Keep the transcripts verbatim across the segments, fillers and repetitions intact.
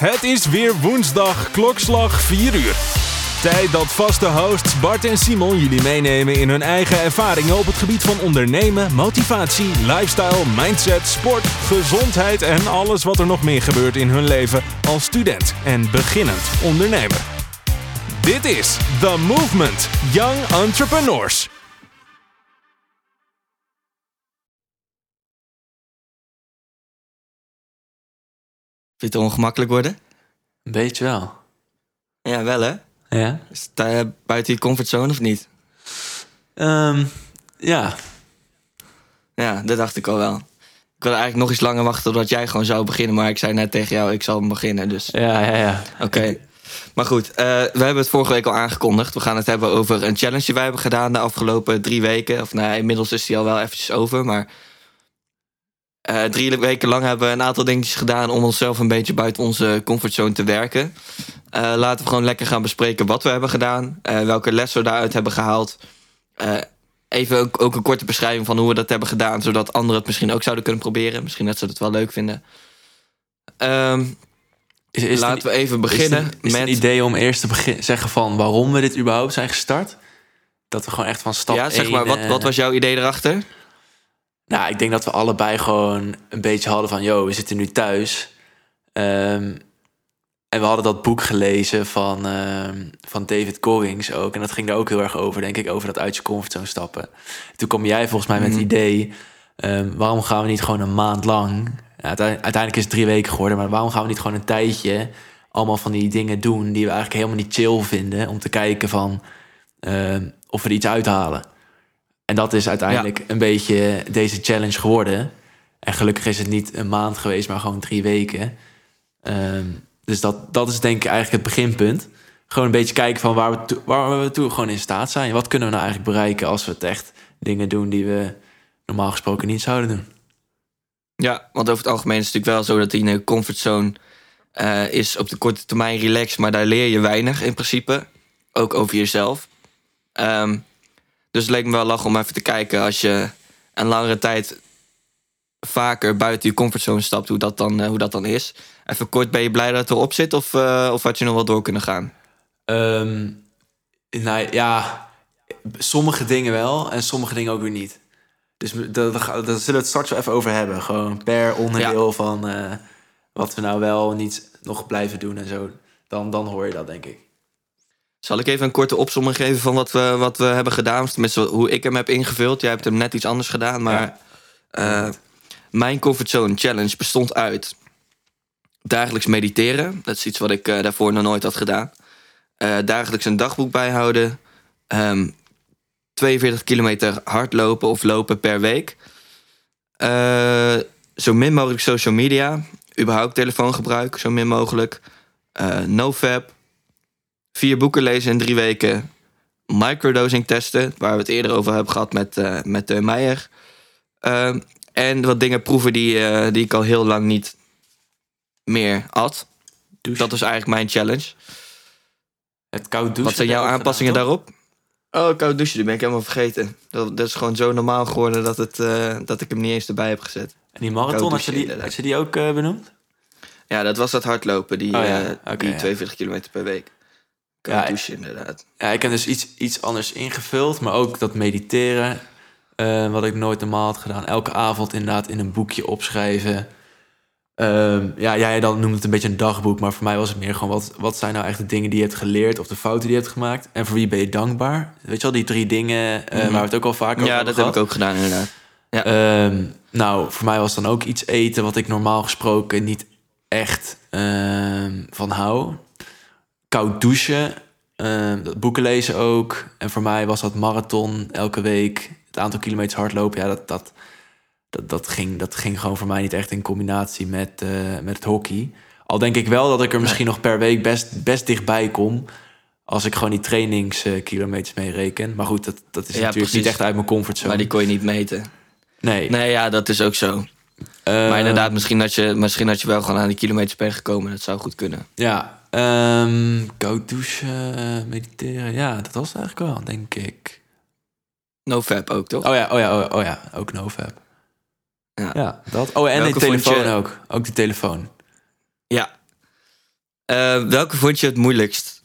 Het is weer woensdag, klokslag vier uur. Tijd dat vaste hosts Bart en Simon jullie meenemen in hun eigen ervaringen op het gebied van ondernemen, motivatie, lifestyle, mindset, sport, gezondheid en alles wat er nog meer gebeurt in hun leven als student en beginnend ondernemer. Dit is The Movement Young Entrepreneurs. Vind je het ongemakkelijk worden? Een beetje wel. Ja, wel hè? Ja? Sta je buiten je comfortzone of niet? Um, ja. Ja, dat dacht ik al wel. Ik wilde eigenlijk nog iets langer wachten totdat jij gewoon zou beginnen. Maar ik zei net tegen jou, ik zal beginnen. Dus Ja, ja, ja. oké. Okay. Maar goed, uh, we hebben het vorige week al aangekondigd. We gaan het hebben over een challenge die wij hebben gedaan de afgelopen drie weken. Of nou, inmiddels is die al wel eventjes over. Maar uh, drie weken lang hebben we een aantal dingetjes gedaan om onszelf een beetje buiten onze comfortzone te werken. Uh, laten we gewoon lekker gaan bespreken wat we hebben gedaan. Uh, welke lessen we daaruit hebben gehaald. Uh, even ook, ook een korte beschrijving van hoe we dat hebben gedaan. Zodat anderen het misschien ook zouden kunnen proberen. Misschien dat ze het wel leuk vinden. Um, is, is laten we even beginnen. Is het, is met het een idee om eerst te begin, zeggen van waarom we dit überhaupt zijn gestart? Dat we gewoon echt van stap Ja, zeg maar, één, wat, wat was jouw idee erachter? Nou, ik denk dat we allebei gewoon een beetje hadden van... yo, we zitten nu thuis. Um, en we hadden dat boek gelezen van, um, van David Goggins ook. En dat ging daar ook heel erg over, denk ik. Over dat uit je comfortzone stappen. En toen kwam jij volgens mij met mm-hmm. het idee... Um, waarom gaan we niet gewoon een maand lang... Ja, uiteindelijk is het drie weken geworden... maar waarom gaan we niet gewoon een tijdje... allemaal van die dingen doen die we eigenlijk helemaal niet chill vinden... om te kijken van um, of we er iets uithalen. En dat is uiteindelijk ja. een beetje deze challenge geworden. En gelukkig is het niet een maand geweest, maar gewoon drie weken. Um, dus dat, dat is denk ik eigenlijk het beginpunt. Gewoon een beetje kijken van waar we, to- waar we toe gewoon in staat zijn. Wat kunnen we nou eigenlijk bereiken als we het echt dingen doen... die we normaal gesproken niet zouden doen. Ja, want over het algemeen is het natuurlijk wel zo dat die in een comfortzone uh, is op de korte termijn relaxed, maar daar leer je weinig in principe. Ook over jezelf. Um, dus het leek me wel lachen om even te kijken als je een langere tijd vaker buiten je comfortzone stapt, hoe dat dan, uh, hoe dat dan is. Even kort, ben je blij dat het erop zit of, uh, of had je nog wel door kunnen gaan? Um, nou ja, sommige dingen wel en sommige dingen ook weer niet. Dus daar, daar zullen we het straks wel even over hebben. Gewoon per onderdeel ja. van uh, wat we nou wel niet nog blijven doen en zo. Dan, dan hoor je dat, denk ik. Zal ik even een korte opsomming geven van wat we, wat we hebben gedaan? Tenminste, hoe ik hem heb ingevuld. Jij hebt hem net iets anders gedaan. Maar ja. uh, mijn comfortzone challenge bestond uit dagelijks mediteren. Dat is iets wat ik uh, daarvoor nog nooit had gedaan. Uh, dagelijks een dagboek bijhouden. Um, tweeënveertig kilometer hardlopen of lopen per week. Uh, zo min mogelijk social media. Überhaupt telefoongebruik, zo min mogelijk. Uh, nofap. Vier boeken lezen in drie weken. Microdosing testen, waar we het eerder over hebben gehad met, uh, met Teun Meijer. Uh, en wat dingen proeven die, uh, die ik al heel lang niet meer at. Dus dat is eigenlijk mijn challenge. Het koud douchen. Wat zijn jouw aanpassingen gedaan, daarop? Oh, koud douchen, die ben ik helemaal vergeten. Dat, dat is gewoon zo normaal geworden dat, het, uh, dat ik hem niet eens erbij heb gezet. En die marathon, had je die, had je die ook uh, benoemd? Ja, dat was dat hardlopen, die, oh, ja. uh, okay, die tweeënveertig ja. kilometer per week. Koud ja, douchen, inderdaad. Ja, ik heb dus iets, iets anders ingevuld, maar ook dat mediteren, uh, wat ik nooit normaal had gedaan. Elke avond inderdaad in een boekje opschrijven. Um, ja, jij dan noemt het een beetje een dagboek, maar voor mij was het meer gewoon... wat, wat zijn nou echt de dingen die je hebt geleerd of de fouten die je hebt gemaakt? En voor wie ben je dankbaar? Weet je wel, die drie dingen uh, mm-hmm. waar we het ook al vaak over ja, hebben dat gehad. heb ik ook gedaan, inderdaad. Ja. Um, nou, voor mij was dan ook iets eten wat ik normaal gesproken niet echt um, van hou. Koud douchen, um, boeken lezen ook. En voor mij was dat marathon elke week. Het aantal kilometers hardlopen, ja, dat... dat Dat, dat, ging, dat ging gewoon voor mij niet echt in combinatie met, uh, met het hockey. Al denk ik wel dat ik er misschien nog per week best, best dichtbij kom... als ik gewoon die trainingskilometers mee reken. Maar goed, dat, dat is ja, natuurlijk precies. niet echt uit mijn comfortzone. Maar die kon je niet meten. Nee. Nee, ja, dat is ook zo. Uh, maar inderdaad, misschien had, je, misschien had je wel gewoon aan die kilometers per gekomen. Dat zou goed kunnen. Ja, um, koud douchen, mediteren. Ja, dat was het eigenlijk wel, denk ik. Nofap ook, toch? Oh ja, oh ja, oh, oh ja ook nofap. Ja. ja, dat. Oh, en Welke de telefoon je... ook. Ook de telefoon. Ja. Uh, welke vond je het moeilijkst?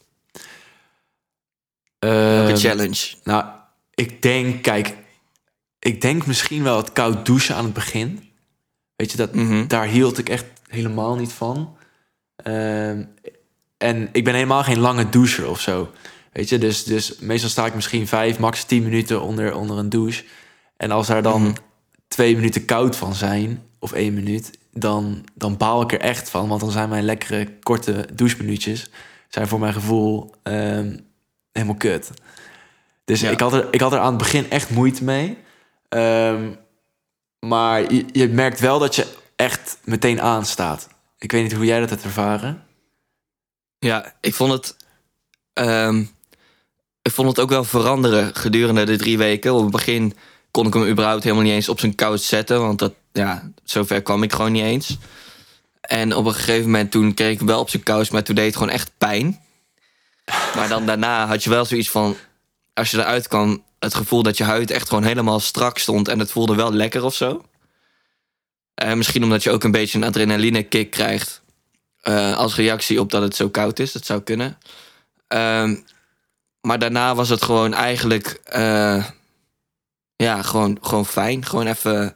Welke Uh, challenge? Nou, ik denk, kijk, ik denk misschien wel het koud douchen aan het begin. Weet je, dat, Mm-hmm. daar hield ik echt helemaal niet van. Uh, en ik ben helemaal geen lange doucher of zo. Weet je, dus, dus meestal sta ik misschien vijf, max tien minuten onder, onder een douche. En als daar dan mm-hmm. twee minuten koud van zijn, of één minuut, dan, dan baal ik er echt van. Want dan zijn mijn lekkere, korte doucheminuutjes zijn voor mijn gevoel um, helemaal kut. Dus ja. ik, had er, ik had er aan het begin echt moeite mee. Um, maar je, je merkt wel dat je echt meteen aanstaat. Ik weet niet hoe jij dat hebt ervaren. Ja, ik vond het... Um, ik vond het ook wel veranderen gedurende de drie weken. Op het begin kon ik hem überhaupt helemaal niet eens op zijn koud zetten. Want dat, ja, zover kwam ik gewoon niet eens. En op een gegeven moment toen kreeg ik hem wel op zijn koud, maar toen deed het gewoon echt pijn. Maar dan daarna had je wel zoiets van... Als je eruit kwam, het gevoel dat je huid echt gewoon helemaal strak stond. En het voelde wel lekker of zo. Uh, misschien omdat je ook een beetje een adrenaline kick krijgt. Uh, als reactie op dat het zo koud is. Dat zou kunnen. Uh, maar daarna was het gewoon eigenlijk... Uh, ja, gewoon, gewoon fijn. Gewoon even...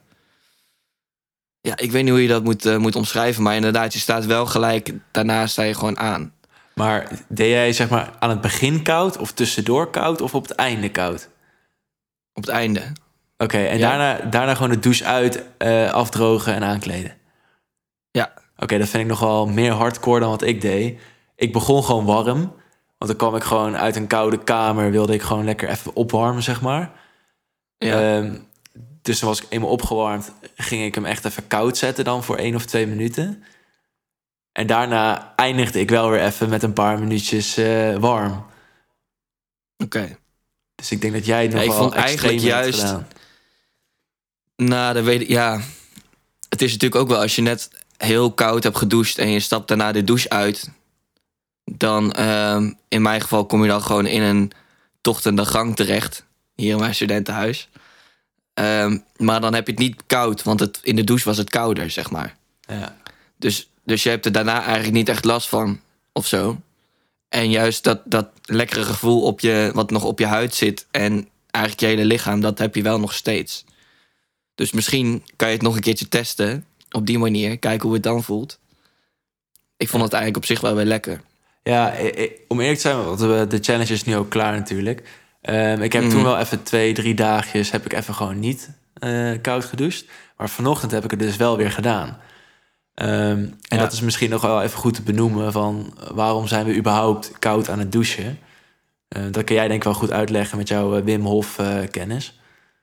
Ja, ik weet niet hoe je dat moet, uh, moet omschrijven. Maar inderdaad, je staat wel gelijk... Daarna sta je gewoon aan. Maar deed jij zeg maar aan het begin koud... of tussendoor koud of op het einde koud? Op het einde. Oké, okay, en ja. daarna, daarna gewoon de douche uit... Uh, afdrogen en aankleden? Ja. Oké, okay, dat vind ik nog wel meer hardcore dan wat ik deed. Ik begon gewoon warm. Want dan kwam ik gewoon uit een koude kamer... wilde ik gewoon lekker even opwarmen, zeg maar. Ja. Um, dus dan was ik eenmaal opgewarmd... ging ik hem echt even koud zetten dan voor één of twee minuten. En daarna eindigde ik wel weer even met een paar minuutjes uh, warm. Oké. Okay. Dus ik denk dat jij het nog ja, wel ik vond eigenlijk juist... gedaan. Nou, dat weet ik... Ja, het is natuurlijk ook wel als je net heel koud hebt gedoucht... en je stapt daarna de douche uit... dan uh, in mijn geval kom je dan gewoon in een tochtende gang terecht. Hier in mijn studentenhuis. Um, maar dan heb je het niet koud, want het, in de douche was het kouder, zeg maar. Ja. Dus, dus je hebt er daarna eigenlijk niet echt last van, of zo. En juist dat, dat lekkere gevoel op je, wat nog op je huid zit... en eigenlijk je hele lichaam, dat heb je wel nog steeds. Dus misschien kan je het nog een keertje testen... op die manier, kijken hoe het dan voelt. Ik vond het eigenlijk op zich wel weer lekker. Ja, ik, om eerlijk te zijn, want de challenge is nu ook klaar natuurlijk... Um, ik heb mm. toen wel even twee, drie dagjes... heb ik even gewoon niet uh, koud gedoucht. Maar vanochtend heb ik het dus wel weer gedaan. Um, en ja. dat is misschien nog wel even goed te benoemen... van waarom zijn we überhaupt koud aan het douchen? Uh, dat kun jij denk ik wel goed uitleggen... met jouw uh, Wim Hof uh, kennis.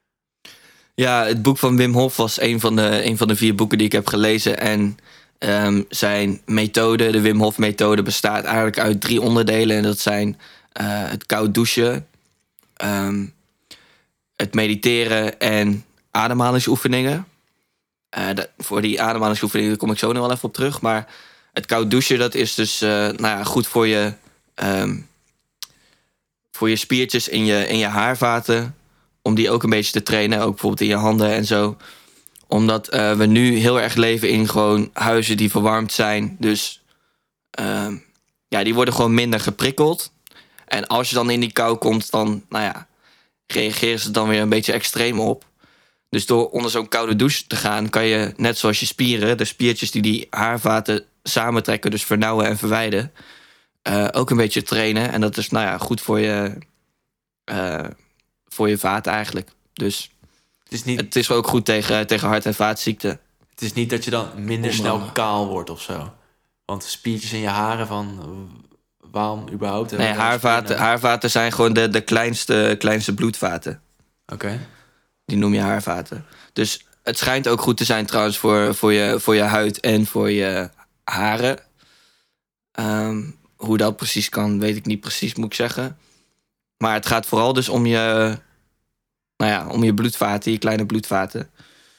Ja, het boek van Wim Hof was een van de, een van de vier boeken die ik heb gelezen. En um, zijn methode, de Wim Hof methode... bestaat eigenlijk uit drie onderdelen. En dat zijn uh, het koud douchen... Um, het mediteren en ademhalingsoefeningen. Uh, de, voor die ademhalingsoefeningen kom ik zo nog wel even op terug. Maar het koud douchen, dat is dus uh, nou ja, goed voor je, um, voor je spiertjes in je, in je haarvaten. Om die ook een beetje te trainen. Ook bijvoorbeeld in je handen en zo. Omdat uh, we nu heel erg leven in gewoon huizen die verwarmd zijn. Dus um, ja, die worden gewoon minder geprikkeld. En als je dan in die kou komt, dan nou ja, reageren ze dan weer een beetje extreem op. Dus door onder zo'n koude douche te gaan... kan je, net zoals je spieren... de spiertjes die die haarvaten samentrekken... dus vernauwen en verwijden... Uh, ook een beetje trainen. En dat is nou ja, goed voor je, uh, voor je vaten eigenlijk. Dus het is, niet, het is ook goed tegen, tegen hart- en vaatziekten. Het is niet dat je dan minder snel kaal wordt of zo. Want spiertjes in je haren van... Waarom überhaupt? Nee, haarvaten, haarvaten zijn gewoon de, de kleinste, kleinste bloedvaten. Oké. Okay. Die noem je haarvaten. Dus het schijnt ook goed te zijn trouwens voor, voor, je, voor je huid en voor je haren. Um, hoe dat precies kan, weet ik niet precies, moet ik zeggen. Maar het gaat vooral dus om je, nou ja, om je bloedvaten, je kleine bloedvaten.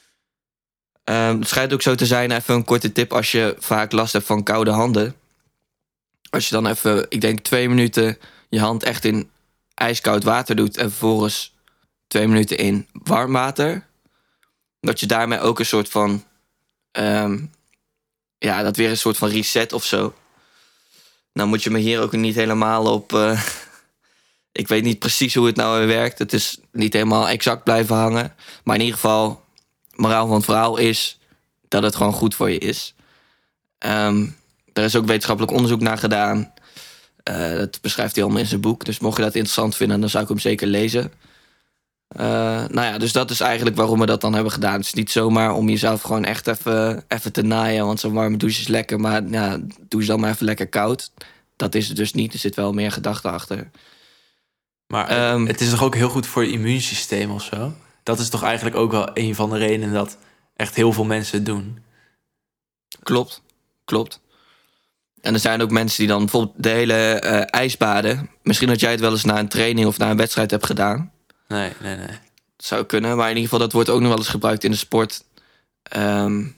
Um, het schijnt ook zo te zijn, even een korte tip als je vaak last hebt van koude handen. Als je dan even, ik denk twee minuten je hand echt in ijskoud water doet... en vervolgens twee minuten in warm water... dat je daarmee ook een soort van... Um, ja, dat weer een soort van reset of zo. Nou moet je me hier ook niet helemaal op... Uh, ik weet niet precies hoe het nou weer werkt. Het is niet helemaal exact blijven hangen. Maar in ieder geval, moraal van het verhaal is dat het gewoon goed voor je is. Um, er is ook wetenschappelijk onderzoek naar gedaan. Uh, dat beschrijft hij allemaal in zijn boek. Dus mocht je dat interessant vinden, dan zou ik hem zeker lezen. Uh, nou ja, dus dat is eigenlijk waarom we dat dan hebben gedaan. Het is niet zomaar om jezelf gewoon echt even, even te naaien. Want zo'n warme douche is lekker, maar ja, douche dan maar even lekker koud. Dat is het dus niet. Er zit wel meer gedachte achter. Maar um, het is toch ook heel goed voor je immuunsysteem of zo? Dat is toch eigenlijk ook wel een van de redenen dat echt heel veel mensen het doen? Klopt, klopt. En er zijn ook mensen die dan bijvoorbeeld de hele uh, ijsbaden... Misschien dat jij het wel eens na een training of na een wedstrijd hebt gedaan. Nee, nee, nee. Dat zou kunnen, maar in ieder geval dat wordt ook nog wel eens gebruikt in de sport. Um,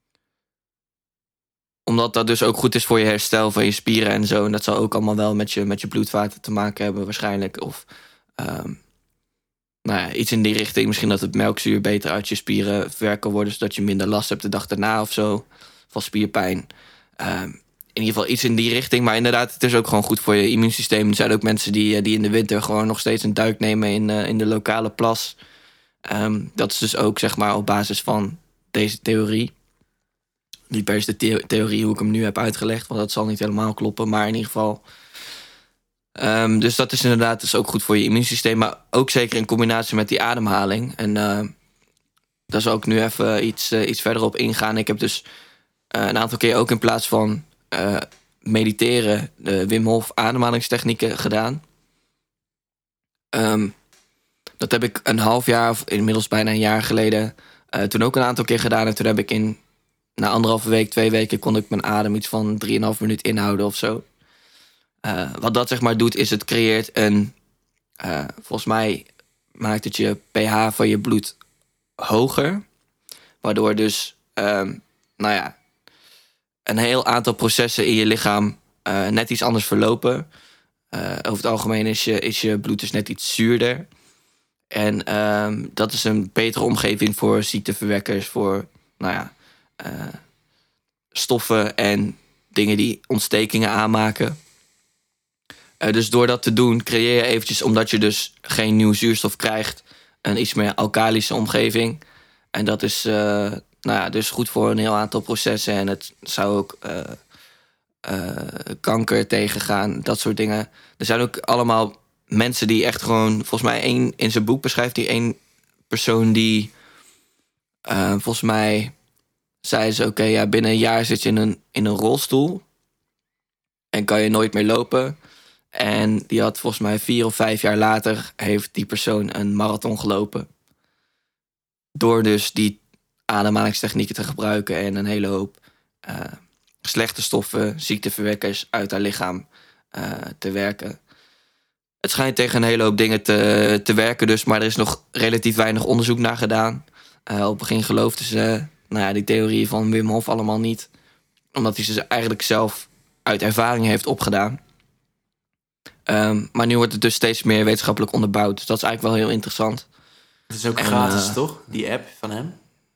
omdat dat dus ook goed is voor je herstel van je spieren en zo. En dat zal ook allemaal wel met je, met je bloedvaten te maken hebben waarschijnlijk. Of um, nou ja, iets in die richting. Misschien dat het melkzuur beter uit je spieren verwerkt kan worden... zodat je minder last hebt de dag daarna of zo van spierpijn. Um, in ieder geval iets in die richting. Maar inderdaad, het is ook gewoon goed voor je immuunsysteem. Er zijn ook mensen die, die in de winter gewoon nog steeds een duik nemen in, uh, in de lokale plas. Um, dat is dus ook zeg maar op basis van deze theorie. Niet per se de the- theorie hoe ik hem nu heb uitgelegd, want dat zal niet helemaal kloppen. Maar in ieder geval... Um, dus dat is inderdaad dus ook goed voor je immuunsysteem. Maar ook zeker in combinatie met die ademhaling. En uh, daar zal ik nu even iets, uh, iets verder op ingaan. Ik heb dus uh, een aantal keer ook in plaats van... Uh, mediteren, de Wim Hof ademhalingstechnieken gedaan. Um, dat heb ik een half jaar, of inmiddels bijna een jaar geleden... Uh, toen ook een aantal keer gedaan. En toen heb ik in, na anderhalve week, twee weken... kon ik mijn adem iets van drieënhalf minuut inhouden of zo. Uh, wat dat zeg maar doet, is het creëert een... Uh, volgens mij maakt het je pH van je bloed hoger. Waardoor dus, um, nou ja... een heel aantal processen in je lichaam uh, net iets anders verlopen. Uh, over het algemeen is je, is je bloed dus net iets zuurder. En uh, dat is een betere omgeving voor ziekteverwekkers... voor nou ja, uh, stoffen en dingen die ontstekingen aanmaken. Uh, dus door dat te doen creëer je eventjes... omdat je dus geen nieuw zuurstof krijgt... een iets meer alkalische omgeving. En dat is... Uh, Nou ja, dus goed voor een heel aantal processen. En het zou ook uh, uh, kanker tegengaan, dat soort dingen. Er zijn ook allemaal mensen die echt gewoon... Volgens mij één, in zijn boek beschrijft hij één persoon die... Uh, volgens mij zei ze... Oké, okay, ja, binnen een jaar zit je in een, in een rolstoel. En kan je nooit meer lopen. En die had volgens mij vier of vijf jaar later... heeft die persoon een marathon gelopen. Door dus die... ademhalingstechnieken te gebruiken... en een hele hoop uh, slechte stoffen, ziekteverwekkers... uit haar lichaam uh, te werken. Het schijnt tegen een hele hoop dingen te, te werken dus... maar er is nog relatief weinig onderzoek naar gedaan. Uh, op het begin geloofden ze nou ja, die theorie van Wim Hof allemaal niet. Omdat hij ze eigenlijk zelf uit ervaring heeft opgedaan. Um, maar nu wordt het dus steeds meer wetenschappelijk onderbouwd. Dus dat is eigenlijk wel heel interessant. Het is ook en, gratis, uh, toch? Die app van hem?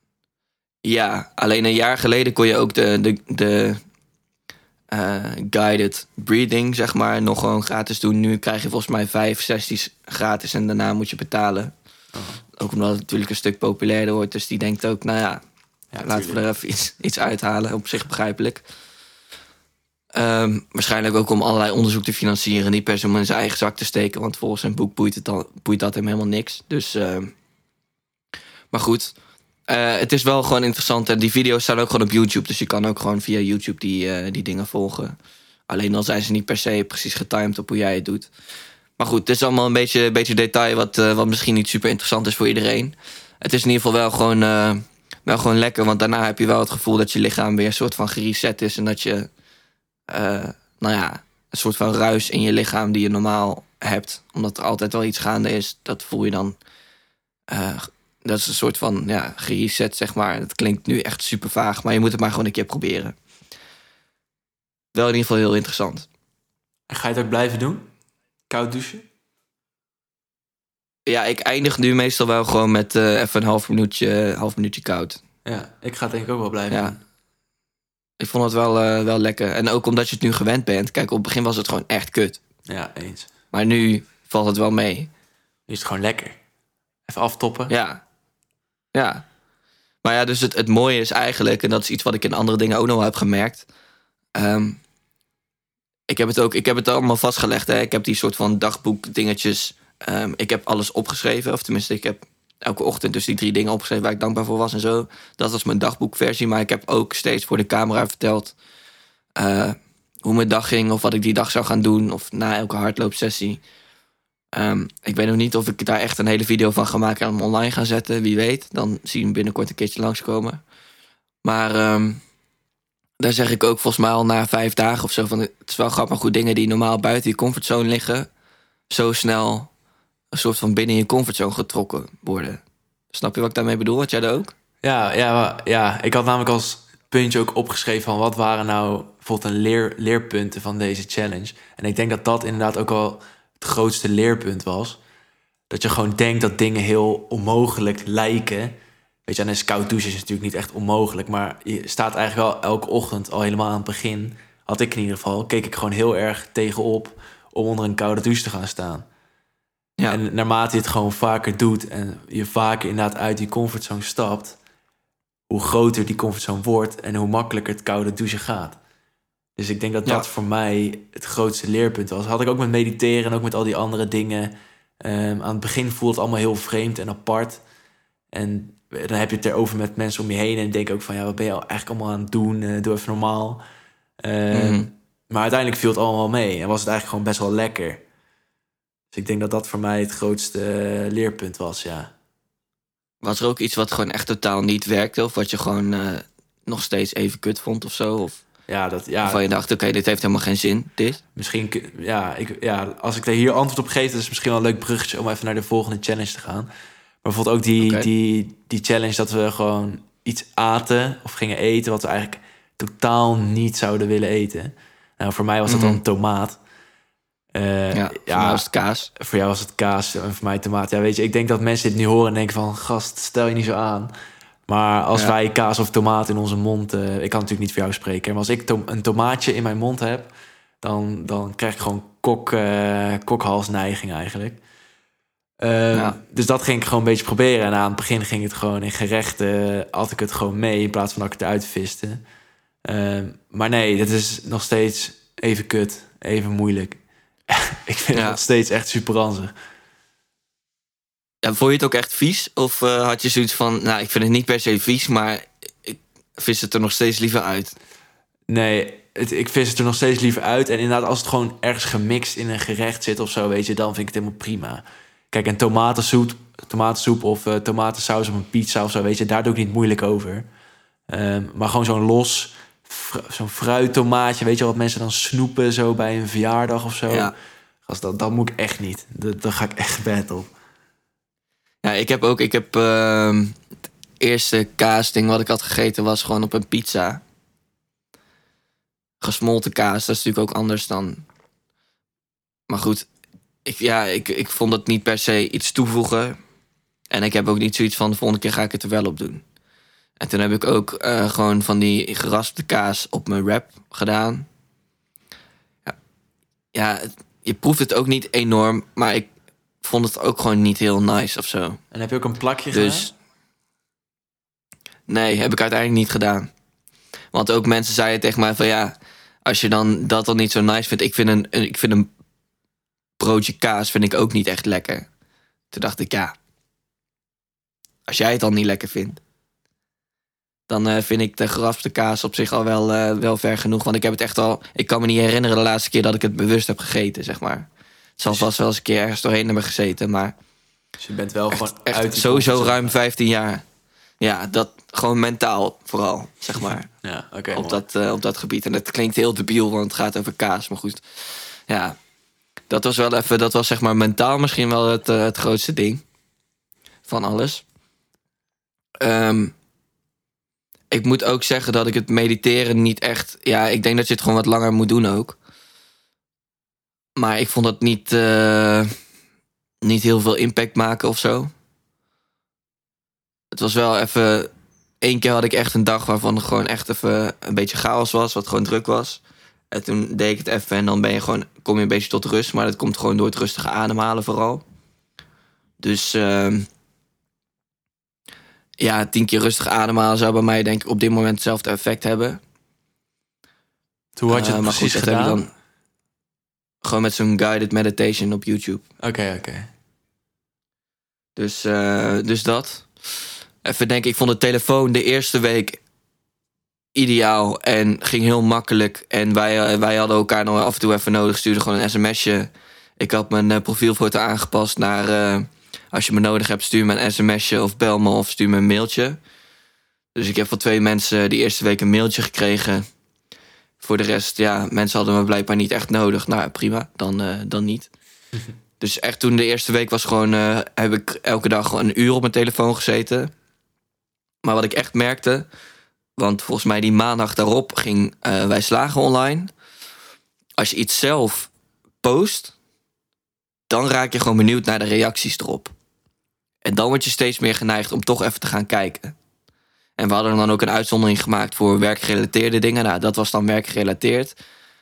Ja, alleen een jaar geleden kon je ook de, de, de uh, guided breathing, zeg maar, nog gewoon gratis doen. Nu krijg je volgens mij vijf sessies gratis en daarna moet je betalen. Oh. Ook omdat het natuurlijk een stuk populairder wordt. Dus die denkt ook, nou ja, ja laten we er even iets, iets uithalen. Op zich begrijpelijk. Um, waarschijnlijk ook om allerlei onderzoek te financieren. Niet per se om in zijn eigen zak te steken. Want volgens zijn boek boeit, het dan, boeit dat hem helemaal niks. Dus, uh, maar goed... Uh, het is wel gewoon interessant. En die video's staan ook gewoon op YouTube. Dus je kan ook gewoon via YouTube die, uh, die dingen volgen. Alleen dan zijn ze niet per se precies getimed op hoe jij het doet. Maar goed, het is allemaal een beetje, een beetje detail... Wat, uh, wat misschien niet super interessant is voor iedereen. Het is in ieder geval wel gewoon, uh, wel gewoon lekker. Want daarna heb je wel het gevoel dat je lichaam weer een soort van gereset is. En dat je, uh, nou ja, een soort van ruis in je lichaam die je normaal hebt. Omdat er altijd wel iets gaande is. Dat voel je dan... Uh, Dat is een soort van ja, gereset, zeg maar. Dat klinkt nu echt super vaag, maar je moet het maar gewoon een keer proberen. Wel in ieder geval heel interessant. En ga je het ook blijven doen? Koud douchen? Ja, ik eindig nu meestal wel gewoon met uh, even een half minuutje, half minuutje koud. Ja, ik ga het denk ik ook wel blijven ja. doen. Ik vond het wel, uh, wel lekker. En ook omdat je het nu gewend bent. Kijk, op het begin was het gewoon echt kut. Ja, eens. Maar nu valt het wel mee. Nu is het gewoon lekker. Even aftoppen. Ja. Ja. Maar ja, dus het, het mooie is eigenlijk... en dat is iets wat ik in andere dingen ook nog wel heb gemerkt... Um, ik heb het ook, ik heb het allemaal vastgelegd. Hè. Ik heb die soort van dagboek dingetjes. Um, ik heb alles opgeschreven. Of tenminste, ik heb elke ochtend dus die drie dingen opgeschreven... waar ik dankbaar voor was en zo. Dat was mijn dagboekversie. Maar ik heb ook steeds voor de camera verteld... Uh, hoe mijn dag ging of wat ik die dag zou gaan doen... of na elke hardloopsessie. Um, ik weet nog niet of ik daar echt een hele video van ga maken... en hem online gaan zetten, wie weet. Dan zie je hem binnenkort een keertje langskomen. Maar... Um, daar zeg ik ook volgens mij al na vijf dagen of zo... van het is wel grappig hoe dingen die normaal buiten je comfortzone liggen... zo snel een soort van binnen je comfortzone getrokken worden. Snap je wat ik daarmee bedoel? Had jij dat ook? Ja, ja, ja, ik had namelijk als puntje ook opgeschreven... van wat waren nou bijvoorbeeld een leer, leerpunten van deze challenge. En ik denk dat dat inderdaad ook al het grootste leerpunt was. Dat je gewoon denkt dat dingen heel onmogelijk lijken... Weet je, en een koud douchen is natuurlijk niet echt onmogelijk... maar je staat eigenlijk wel elke ochtend, al helemaal aan het begin... had ik in ieder geval, keek ik gewoon heel erg tegenop... om onder een koude douche te gaan staan. Ja. En naarmate je het gewoon vaker doet... en je vaker inderdaad uit die comfortzone stapt... hoe groter die comfortzone wordt... en hoe makkelijker het koude douchen gaat. Dus ik denk dat dat ja. voor mij het grootste leerpunt was. Had ik ook met mediteren en ook met al die andere dingen. Um, aan het begin voelt het allemaal heel vreemd en apart. En dan heb je het erover met mensen om je heen... en denk ook van, ja, wat ben je eigenlijk allemaal aan het doen? Uh, doe even normaal. Um, mm-hmm. Maar uiteindelijk viel het allemaal mee. En was het eigenlijk gewoon best wel lekker. Dus ik denk dat dat voor mij het grootste uh, leerpunt was, ja. Was er ook iets wat gewoon echt totaal niet werkte? Of wat je gewoon uh, nog steeds even kut vond of zo? Of, ja, dat, ja, of je dacht, oké, okay, dit heeft helemaal geen zin, dit? Misschien, ja, ik, ja, als ik er hier antwoord op geef... dat is misschien wel een leuk bruggetje om even naar de volgende challenge te gaan. Maar bijvoorbeeld ook die, okay. die, die challenge dat we gewoon iets aten... of gingen eten wat we eigenlijk totaal niet zouden willen eten. Nou, voor mij was dat mm-hmm. dan tomaat. Uh, ja, voor ja, mij was het kaas. Voor jou was het kaas en voor mij tomaat. Ja, weet je, ik denk dat mensen dit nu horen en denken van... gast, stel je niet zo aan. Maar als ja. wij kaas of tomaat in onze mond... Uh, ik kan natuurlijk niet voor jou spreken... maar als ik to- een tomaatje in mijn mond heb... dan, dan krijg ik gewoon kok, uh, kokhalsneiging eigenlijk. Uh, ja. Dus dat ging ik gewoon een beetje proberen. En aan het begin ging het gewoon in gerechten... had ik het gewoon mee in plaats van dat ik het eruit viste. Uh, maar nee, dat is nog steeds even kut. Even moeilijk. Ik vind ja. het nog steeds echt super ranzig. Ja, vond je het ook echt vies? Of uh, had je zoiets van... nou, ik vind het niet per se vies... maar ik vis het er nog steeds liever uit? Nee, het, ik vis het er nog steeds liever uit. En inderdaad, als het gewoon ergens gemixt in een gerecht zit of zo... weet je, dan vind ik het helemaal prima. Kijk, een tomatensoep, tomatensoep of uh, tomatensaus op een pizza of zo... weet je, daar doe ik niet moeilijk over. Um, maar gewoon zo'n los... Fr- zo'n fruittomaatje, weet je wat mensen dan snoepen... zo bij een verjaardag of zo... Ja. Als dat, dat moet ik echt niet. Dat, daar ga ik echt bad op. Ja, ik heb ook... Ik heb uh, het eerste kaasding wat ik had gegeten... was gewoon op een pizza. Gesmolten kaas, dat is natuurlijk ook anders dan... Maar goed, ik, ja, ik, ik vond het niet per se iets toevoegen. En ik heb ook niet zoiets van... de volgende keer ga ik het er wel op doen. En toen heb ik ook uh, gewoon van die geraspte kaas op mijn wrap gedaan. Ja, ja het, je proeft het ook niet enorm... maar ik vond het ook gewoon niet heel nice of zo. En heb je ook een plakje dus, gedaan? Nee, heb ik uiteindelijk niet gedaan. Want ook mensen zeiden tegen mij van... ja, als je dan dat dan niet zo nice vindt... ik vind een, een, ik vind een broodje kaas vind ik ook niet echt lekker. Toen dacht ik, ja... als jij het dan niet lekker vindt... dan uh, vind ik de geraspte kaas op zich al wel, uh, wel ver genoeg. Want ik heb het echt al... ik kan me niet herinneren de laatste keer dat ik het bewust heb gegeten, zeg maar. Het zal vast wel eens een keer ergens doorheen hebben gezeten, maar... Dus je bent wel echt, gewoon echt uit sowieso ruim vijftien jaar. Ja, dat gewoon mentaal vooral, zeg maar. Ja, oké. Okay, op, dat, uh, op dat gebied. En het klinkt heel debiel, want het gaat over kaas. Maar goed, ja... dat was wel even... dat was zeg maar mentaal misschien wel het, uh, het grootste ding. Van alles. Um, ik moet ook zeggen dat ik het mediteren niet echt... ja, ik denk dat je het gewoon wat langer moet doen ook. Maar ik vond dat niet... Uh, niet heel veel impact maken of zo. Het was wel even... één keer had ik echt een dag waarvan het gewoon echt even een beetje chaos was. Wat gewoon druk was. En toen deed ik het even en dan ben je gewoon, kom je een beetje tot rust. Maar dat komt gewoon door het rustige ademhalen vooral. Dus uh, ja, tien keer rustig ademhalen zou bij mij denk ik op dit moment hetzelfde effect hebben. Hoe had je het uh, maar precies goed, dat gedaan? heb ik dan gewoon met zo'n guided meditation op YouTube. Oké, okay, oké. Okay. Dus, uh, dus dat. Even denken, ik vond de telefoon de eerste week ideaal en ging heel makkelijk. En wij, wij hadden elkaar nog af en toe even nodig. Stuurden gewoon een sms'je. Ik had mijn uh, profielfoto aangepast naar... Uh, als je me nodig hebt, stuur me een sms'je of bel me of stuur me een mailtje. Dus ik heb van twee mensen die eerste week een mailtje gekregen. Voor de rest, ja, mensen hadden me blijkbaar niet echt nodig. Nou, prima, dan, uh, dan niet. Dus echt toen de eerste week was gewoon... Uh, heb ik elke dag gewoon een uur op mijn telefoon gezeten. Maar wat ik echt merkte... Want volgens mij die maandag daarop ging uh, Wij Slagen online. Als je iets zelf post... dan raak je gewoon benieuwd naar de reacties erop. En dan word je steeds meer geneigd om toch even te gaan kijken. En we hadden dan ook een uitzondering gemaakt voor werkgerelateerde dingen. Nou, dat was dan werkgerelateerd.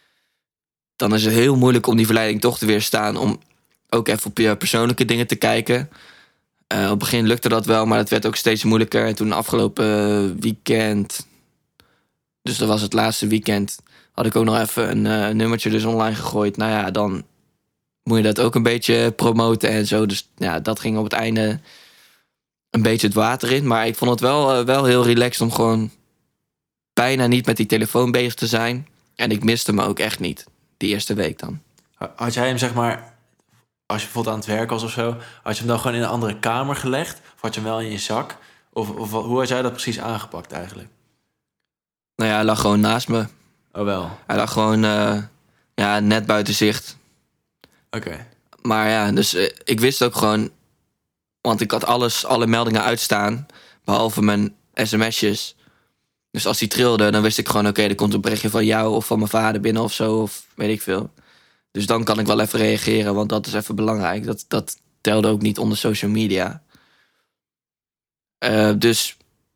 Dan is het heel moeilijk om die verleiding toch te weerstaan... om ook even op je persoonlijke dingen te kijken. Uh, op het begin lukte dat wel, maar het werd ook steeds moeilijker. En toen afgelopen weekend... dus dat was het laatste weekend... had ik ook nog even een uh, nummertje dus online gegooid. Nou ja, dan moet je dat ook een beetje promoten en zo. Dus ja, dat ging op het einde een beetje het water in. Maar ik vond het wel, uh, wel heel relaxed om gewoon... bijna niet met die telefoon bezig te zijn. En ik miste hem ook echt niet, die eerste week dan. Had jij hem zeg maar... als je bijvoorbeeld aan het werk was of zo... had je hem dan gewoon in een andere kamer gelegd? Of had je hem wel in je zak? Of, of hoe had jij dat precies aangepakt eigenlijk? Nou ja, hij lag gewoon naast me. Oh wel? Hij lag gewoon uh, ja, net buiten zicht. Oké. Okay. Maar ja, dus uh, ik wist ook gewoon... want ik had alles, alle meldingen uitstaan... behalve mijn sms'jes. Dus als die trilde, dan wist ik gewoon... oké, okay, er komt een berichtje van jou of van mijn vader binnen of zo... of weet ik veel. Dus dan kan ik wel even reageren, want dat is even belangrijk. Dat, dat telde ook niet onder social media. Uh, dus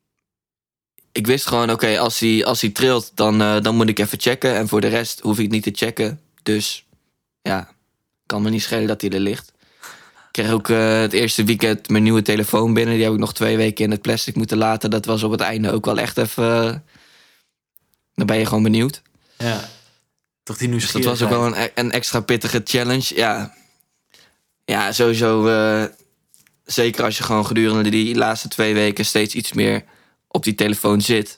ik wist gewoon, oké, okay, als hij als hij trilt, dan, uh, dan moet ik even checken. En voor de rest hoef ik niet te checken. Dus ja, kan me niet schelen dat hij er ligt. Ik kreeg ook uh, het eerste weekend mijn nieuwe telefoon binnen. Die heb ik nog twee weken in het plastic moeten laten. Dat was op het einde ook wel echt even... Uh, dan ben je gewoon benieuwd. Ja. Toch die dus dat was ook wel een, een extra pittige challenge. Ja, ja sowieso. Uh, zeker als je gewoon gedurende die laatste twee weken steeds iets meer op die telefoon zit.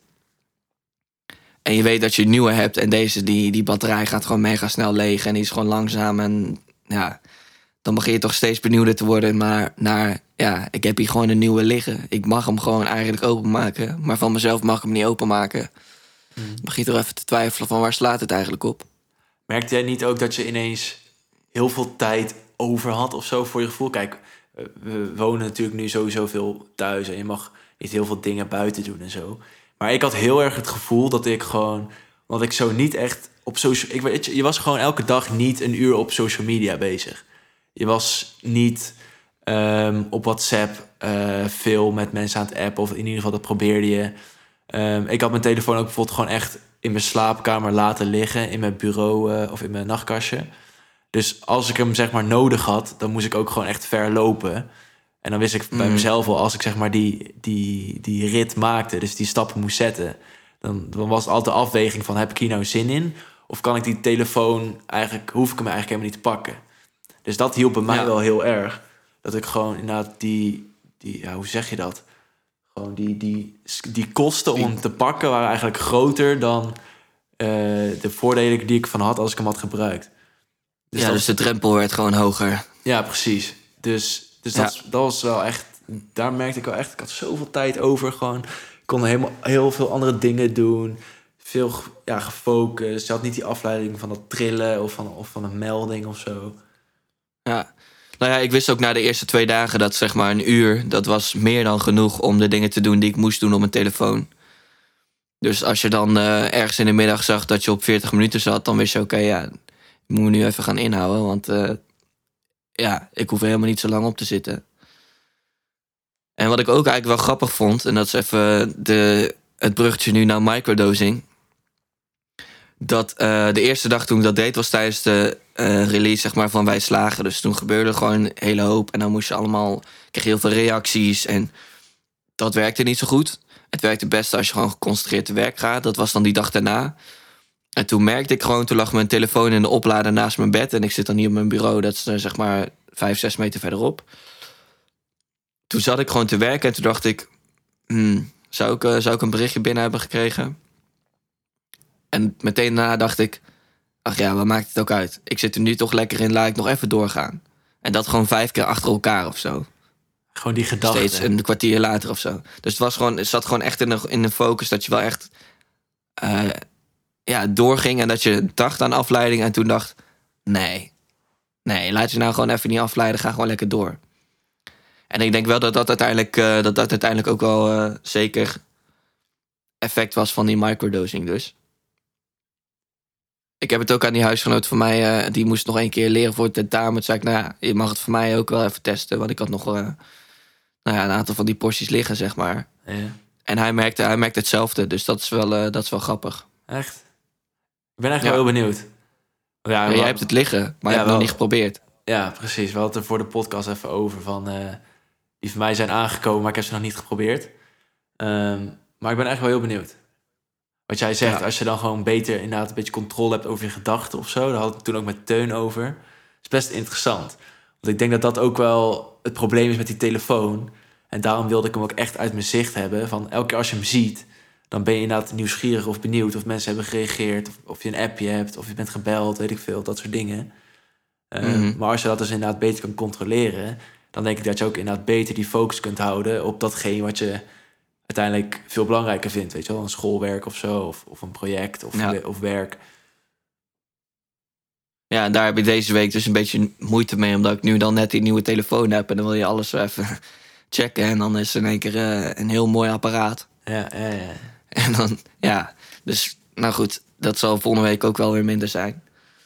En je weet dat je een nieuwe hebt. En deze, die, die batterij gaat gewoon mega snel leeg. En die is gewoon langzaam. En ja, dan begin je toch steeds benieuwder te worden. Maar naar, ja, ik heb hier gewoon een nieuwe liggen. Ik mag hem gewoon eigenlijk openmaken. Maar van mezelf mag ik hem niet openmaken. Hmm. Dan begin je toch even te twijfelen van waar slaat het eigenlijk op. Merkte jij niet ook dat je ineens heel veel tijd over had of zo voor je gevoel? Kijk, we wonen natuurlijk nu sowieso veel thuis en je mag niet heel veel dingen buiten doen en zo. Maar ik had heel erg het gevoel dat ik gewoon... want ik zo niet echt op social... Ik weet, je was gewoon elke dag niet een uur op social media bezig. Je was niet um, op WhatsApp uh, veel met mensen aan het appen... of in ieder geval dat probeerde je. Um, ik had mijn telefoon ook bijvoorbeeld gewoon echt... in mijn slaapkamer laten liggen, in mijn bureau uh, of in mijn nachtkastje. Dus als ik hem zeg maar nodig had, dan moest ik ook gewoon echt ver lopen. En dan wist ik mm. bij mezelf al, als ik zeg maar die, die, die rit maakte, dus die stappen moest zetten, dan, dan was het altijd de afweging van, heb ik hier nou zin in? Of kan ik die telefoon eigenlijk, hoef ik hem eigenlijk helemaal niet te pakken? Dus dat hielp bij mij ja. wel heel erg. Dat ik gewoon inderdaad die, die ja, hoe zeg je dat? Gewoon die, die, die kosten om hem te pakken waren eigenlijk groter dan uh, de voordelen die ik van had als ik hem had gebruikt. Dus ja, dat, dus de drempel werd gewoon hoger. Ja, precies. Dus, dus ja. dat, dat was wel echt... Daar merkte ik wel echt... Ik had zoveel tijd over gewoon. Ik kon helemaal heel veel andere dingen doen. Veel ja, gefocust. Je had niet die afleiding van dat trillen of van, of van een melding of zo. Ja. Nou ja, ik wist ook na de eerste twee dagen dat zeg maar een uur... dat was meer dan genoeg om de dingen te doen die ik moest doen op mijn telefoon. Dus als je dan uh, ergens in de middag zag dat je op veertig minuten zat... dan wist je, oké, okay, ja, ik moet nu even gaan inhouden. Want uh, ja, ik hoef er helemaal niet zo lang op te zitten. En wat ik ook eigenlijk wel grappig vond... en dat is even de, het bruggetje nu naar microdosing... dat uh, de eerste dag toen ik dat deed... was tijdens de uh, release zeg maar, van Wij Slagen. Dus toen gebeurde gewoon een hele hoop... en dan moest je allemaal... kreeg je heel veel reacties... en dat werkte niet zo goed. Het werkte het beste als je gewoon geconcentreerd te werk gaat. Dat was dan die dag daarna... En toen merkte ik gewoon, toen lag mijn telefoon in de oplader naast mijn bed... en ik zit dan hier op mijn bureau, dat is uh, zeg maar vijf, zes meter verderop. Toen zat ik gewoon te werken en toen dacht ik... Hmm, zou, ik uh, zou ik een berichtje binnen hebben gekregen? En meteen daarna dacht ik... ach ja, wat maakt het ook uit? Ik zit er nu toch lekker in, laat ik nog even doorgaan. En dat gewoon vijf keer achter elkaar of zo. Gewoon die gedachte. Steeds een kwartier later of zo. Dus het, was gewoon, het zat gewoon echt in de, in de focus dat je wel echt... Uh, ja, doorging en dat je dacht aan afleiding en toen dacht... nee, nee, laat je nou gewoon even niet afleiden, ga gewoon lekker door. En ik denk wel dat dat uiteindelijk, uh, dat dat uiteindelijk ook wel uh, zeker effect was van die microdosing dus. Ik heb het ook aan die huisgenoot van mij, uh, die moest nog één keer leren voor het tentamen. Toen zei ik, nou ja, je mag het voor mij ook wel even testen, want ik had nog uh, nou ja, een aantal van die porties liggen, zeg maar. Ja. En hij merkte, hij merkte hetzelfde, dus dat is wel, uh, dat is wel grappig. Echt? Ik ben echt ja. wel heel benieuwd. Ja, ja, jij hebt het liggen, maar ja, je hebt het nog niet geprobeerd. Ja, precies. We hadden het er voor de podcast even over van... Uh, die van mij zijn aangekomen, maar ik heb ze nog niet geprobeerd. Um, maar ik ben echt wel heel benieuwd. Wat jij zegt, ja. Als je dan gewoon beter inderdaad een beetje controle hebt over je gedachten of zo. Daar had ik het toen ook met Teun over. Dat is best interessant. Want ik denk dat dat ook wel het probleem is met die telefoon. En daarom wilde ik hem ook echt uit mijn zicht hebben. Van elke keer als je hem ziet... dan ben je inderdaad nieuwsgierig of benieuwd of mensen hebben gereageerd... of, of je een appje hebt, of je bent gebeld, weet ik veel, dat soort dingen. Uh, mm-hmm. Maar als je dat dus inderdaad beter kan controleren... dan denk ik dat je ook inderdaad beter die focus kunt houden... op datgene wat je uiteindelijk veel belangrijker vindt. Weet je wel, een schoolwerk of zo, of, of een project of, ja. of werk. Ja, en daar heb ik deze week dus een beetje moeite mee... omdat ik nu dan net die nieuwe telefoon heb... en dan wil je alles even checken... en dan is er in één keer uh, een heel mooi apparaat. Ja, ja, ja. En dan, ja, dus nou goed, dat zal volgende week ook wel weer minder zijn.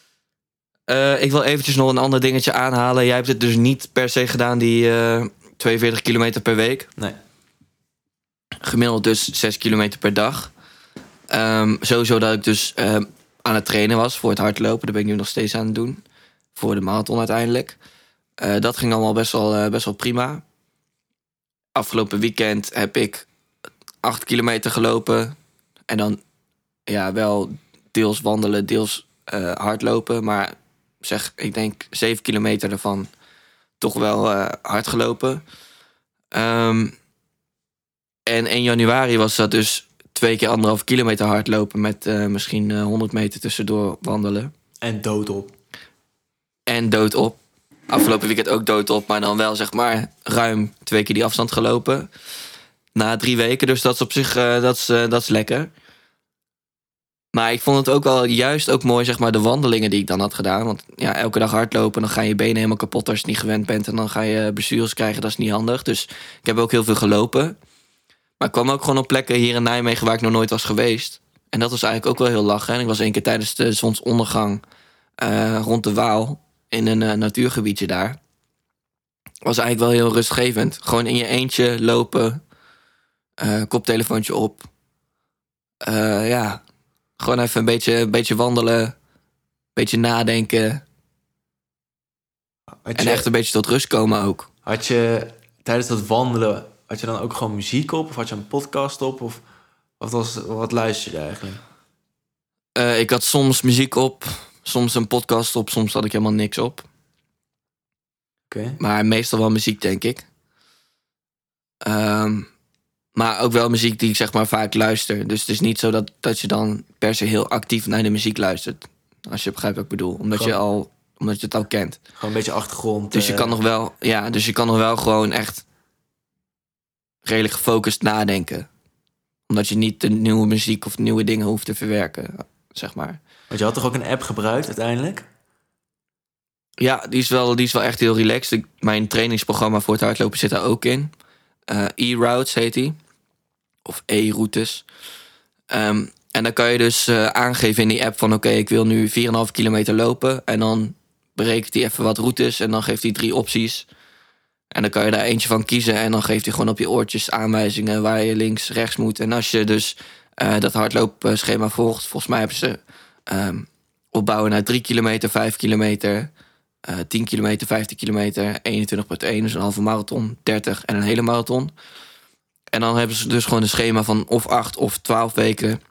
Uh, ik wil eventjes nog een ander dingetje aanhalen. Jij hebt het dus niet per se gedaan, die uh, tweeënveertig kilometer per week. Nee. Gemiddeld dus zes kilometer per dag. Um, sowieso dat ik dus uh, aan het trainen was voor het hardlopen. Dat ben ik nu nog steeds aan het doen. Voor de marathon uiteindelijk. Uh, dat ging allemaal best wel, uh, best wel prima. Afgelopen weekend heb ik acht kilometer gelopen. En dan ja, wel deels wandelen, deels uh, hardlopen. Maar zeg, ik denk zeven kilometer ervan toch wel uh, hard gelopen. Um, en in januari was dat dus twee keer anderhalf kilometer hardlopen... met uh, misschien uh, honderd meter tussendoor wandelen. En doodop. En doodop. Afgelopen weekend ook doodop, maar dan wel zeg maar ruim twee keer die afstand gelopen... Na drie weken, dus dat is op zich uh, dat is, uh, dat is lekker. Maar ik vond het ook wel juist ook mooi, zeg maar, de wandelingen die ik dan had gedaan. Want ja, elke dag hardlopen, dan ga je benen helemaal kapot als je het niet gewend bent. En dan ga je blessures krijgen, dat is niet handig. Dus ik heb ook heel veel gelopen. Maar ik kwam ook gewoon op plekken hier in Nijmegen waar ik nog nooit was geweest. En dat was eigenlijk ook wel heel lachen. En ik was één keer tijdens de zonsondergang uh, rond de Waal in een uh, natuurgebiedje daar. Was eigenlijk wel heel rustgevend. Gewoon in je eentje lopen... Uh, koptelefoontje op. Uh, ja, gewoon even een beetje, een beetje wandelen. Een beetje nadenken. Je, en echt een beetje tot rust komen ook. Had je tijdens dat wandelen... had je dan ook gewoon muziek op? Of had je een podcast op? Of wat, was, wat luister je eigenlijk? Uh, ik had soms muziek op. Soms een podcast op. Soms had ik helemaal niks op. Okay. Maar meestal wel muziek, denk ik. Um, Maar ook wel muziek die ik zeg maar vaak luister. Dus het is niet zo dat, dat je dan per se heel actief naar de muziek luistert. Als je begrijpt wat ik bedoel. Omdat, je, al, omdat je het al kent. Gewoon een beetje achtergrond. Dus je, uh... kan nog wel, ja, dus je kan nog wel gewoon echt redelijk gefocust nadenken. Omdat je niet de nieuwe muziek of nieuwe dingen hoeft te verwerken, zeg maar. Want je had toch ook een app gebruikt uiteindelijk? Ja, die is wel, die is wel echt heel relaxed. Mijn trainingsprogramma voor het hardlopen zit daar ook in. Uh, E-Routes heet die. Of E-routes. Um, en dan kan je dus uh, aangeven in die app van... oké, okay, ik wil nu vier komma vijf kilometer lopen. En dan berekent hij even wat routes. En dan geeft hij drie opties. En dan kan je daar eentje van kiezen. En dan geeft hij gewoon op je oortjes aanwijzingen waar je links, rechts moet. En als je dus uh, dat hardloopschema volgt, volgens mij hebben ze um, opbouwen naar drie kilometer, vijf kilometer, uh, tien kilometer, vijftien kilometer, eenentwintig punt één, dus een halve marathon, dertig en een hele marathon. En dan hebben ze dus gewoon een schema van of acht of twaalf weken.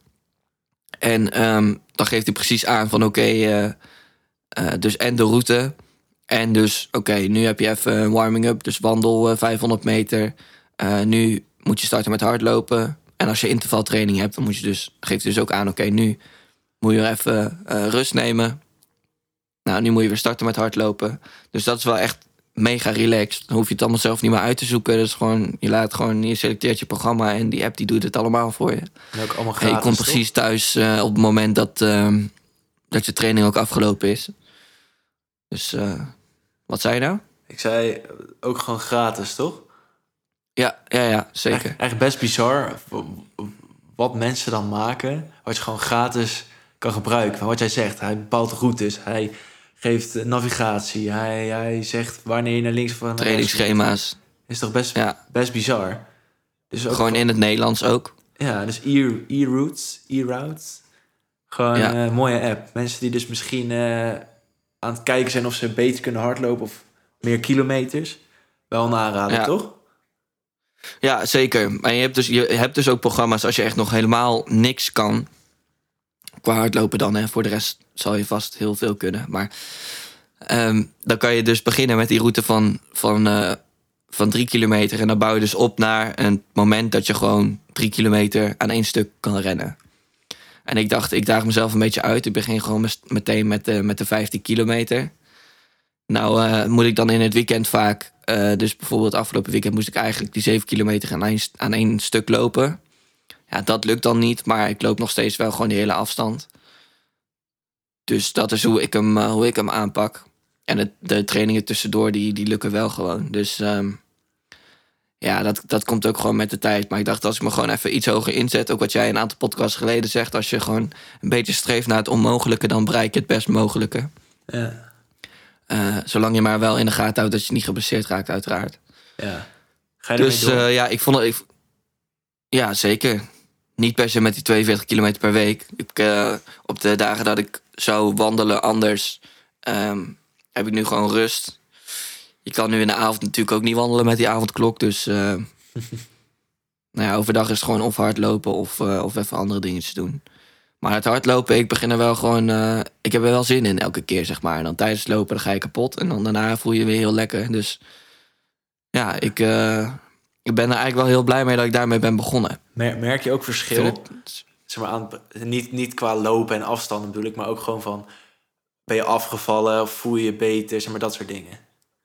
En um, dan geeft hij precies aan van oké, okay, uh, uh, dus en de route. En dus oké, okay, nu heb je even een warming-up, dus wandel uh, vijfhonderd meter. Uh, nu moet je starten met hardlopen. En als je intervaltraining hebt, dan moet je dus, geeft hij dus ook aan, oké, okay, nu moet je even uh, rust nemen. Nou, nu moet je weer starten met hardlopen. Dus dat is wel echt mega relaxed. Dan hoef je het allemaal zelf niet meer uit te zoeken. Dus gewoon, je laat gewoon, je selecteert je programma en die app die doet het allemaal voor je. En ook allemaal gratis, en je komt toch? precies thuis uh, op het moment dat, uh, dat je training ook afgelopen is. Dus uh, wat zei je nou? Ik zei ook gewoon gratis, toch? Ja, ja, ja, zeker. Echt, echt best bizar wat mensen dan maken, wat je gewoon gratis kan gebruiken. Wat jij zegt, hij bepaalt routes, hij geeft navigatie, hij, hij zegt wanneer je naar links of naar rechts. Trainingsschema's. Is toch best, ja. best bizar. Dus ook gewoon in het Nederlands ook. Ja, dus e- e-routes, e-routes. Gewoon een ja. uh, mooie app. Mensen die dus misschien uh, aan het kijken zijn of ze beter kunnen hardlopen of meer kilometers, wel een aanrader, ja. toch? Ja, zeker. Maar je hebt, dus, je hebt dus ook programma's als je echt nog helemaal niks kan. Qua hardlopen dan, hè. Voor de rest zal je vast heel veel kunnen. Maar um, dan kan je dus beginnen met die route van, van, uh, van drie kilometer. En dan bouw je dus op naar een moment dat je gewoon drie kilometer aan één stuk kan rennen. En ik dacht, ik daag mezelf een beetje uit. Ik begin gewoon meteen met de, met de vijftien kilometer. Nou uh, moet ik dan in het weekend vaak... Uh, dus bijvoorbeeld afgelopen weekend moest ik eigenlijk die zeven kilometer aan één, aan één stuk lopen. Ja, dat lukt dan niet, maar ik loop nog steeds wel gewoon die hele afstand. Dus dat is hoe ik hem, uh, hoe ik hem aanpak. En het, de trainingen tussendoor, die, die lukken wel gewoon. Dus um, ja, dat, dat komt ook gewoon met de tijd. Maar ik dacht, als ik me gewoon even iets hoger inzet... ook wat jij een aantal podcasts geleden zegt... als je gewoon een beetje streeft naar het onmogelijke... dan bereik je het best mogelijke. Ja. Uh, zolang je maar wel in de gaten houdt dat je niet geblesseerd raakt, uiteraard. Ja. Ga je dus uh, ja, ik vond het... Ik, ja, zeker. Niet per se met die tweeënveertig kilometer per week. Ik, uh, op de dagen dat ik zou wandelen anders... Um, heb ik nu gewoon rust. Je kan nu in de avond natuurlijk ook niet wandelen met die avondklok. Dus uh, nou ja, overdag is het gewoon of hardlopen of, uh, of even andere dingetjes doen. Maar het hardlopen, ik begin er wel gewoon... Uh, ik heb er wel zin in elke keer, zeg maar. En dan tijdens het lopen dan ga je kapot. En dan daarna voel je je weer heel lekker. Dus ja, ik, uh, ik ben er eigenlijk wel heel blij mee dat ik daarmee ben begonnen. Merk je ook verschil? Het... Zeg maar aan, niet, niet qua lopen en afstanden bedoel ik, maar ook gewoon van... Ben je afgevallen of voel je je beter? Zeg maar dat soort dingen.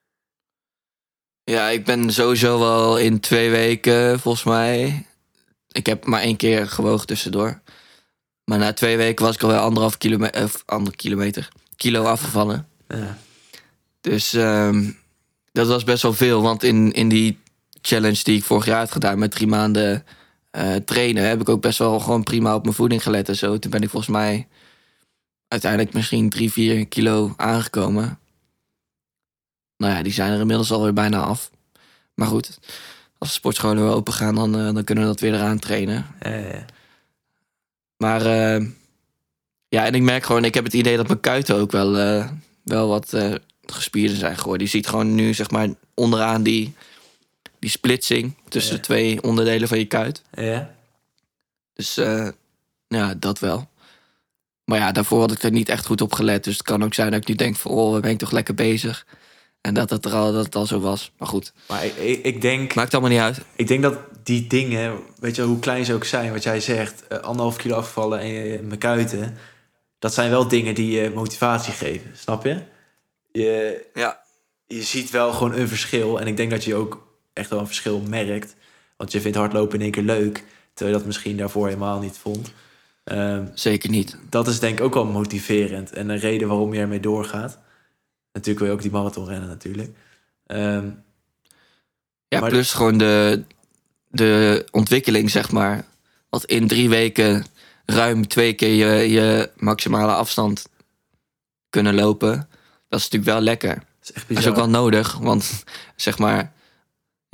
Ja, ik ben sowieso wel in twee weken, volgens mij... Ik heb maar één keer gewogen tussendoor. Maar na twee weken was ik alweer anderhalf kilometer, of andere kilometer, kilo afgevallen. Ja. Dus um, dat was best wel veel. Want in, in die challenge die ik vorig jaar had gedaan met drie maanden uh, trainen... heb ik ook best wel gewoon prima op mijn voeding gelet en zo. Toen ben ik volgens mij uiteindelijk misschien drie, vier kilo aangekomen. Nou ja, die zijn er inmiddels alweer bijna af. Maar goed, als de sportscholen weer open gaan, dan, uh, dan kunnen we dat weer eraan trainen. Ja, ja. Maar uh, ja, en ik merk gewoon, ik heb het idee dat mijn kuiten ook wel, uh, wel wat uh, gespierder zijn geworden. Je ziet gewoon nu, zeg maar, onderaan die, die splitsing tussen ja. de twee onderdelen van je kuit. Ja. Dus uh, ja, dat wel. Maar ja, daarvoor had ik er niet echt goed op gelet. Dus het kan ook zijn dat ik nu denk van, oh, ben ik toch lekker bezig. En dat het, er al, dat het al zo was. Maar goed. Maar ik, ik, ik denk... Maakt allemaal niet uit. Ik denk dat die dingen, weet je hoe klein ze ook zijn, wat jij zegt, uh, anderhalf kilo afvallen en je, mijn kuiten, dat zijn wel dingen die je motivatie geven, snap je? Je, ja. je ziet wel gewoon een verschil en ik denk dat je ook echt wel een verschil merkt. Want je vindt hardlopen in één keer leuk, terwijl je dat misschien daarvoor helemaal niet vond. Um, Zeker niet. Dat is denk ik ook wel motiverend en een reden waarom je ermee doorgaat. Natuurlijk wil je ook die marathon rennen natuurlijk. Um, ja, maar plus de... gewoon de, de ontwikkeling, zeg maar. Want in drie weken ruim twee keer je, je maximale afstand kunnen lopen. Dat is natuurlijk wel lekker. Dat is echt bizar. Dat is ook wel nodig, want zeg maar...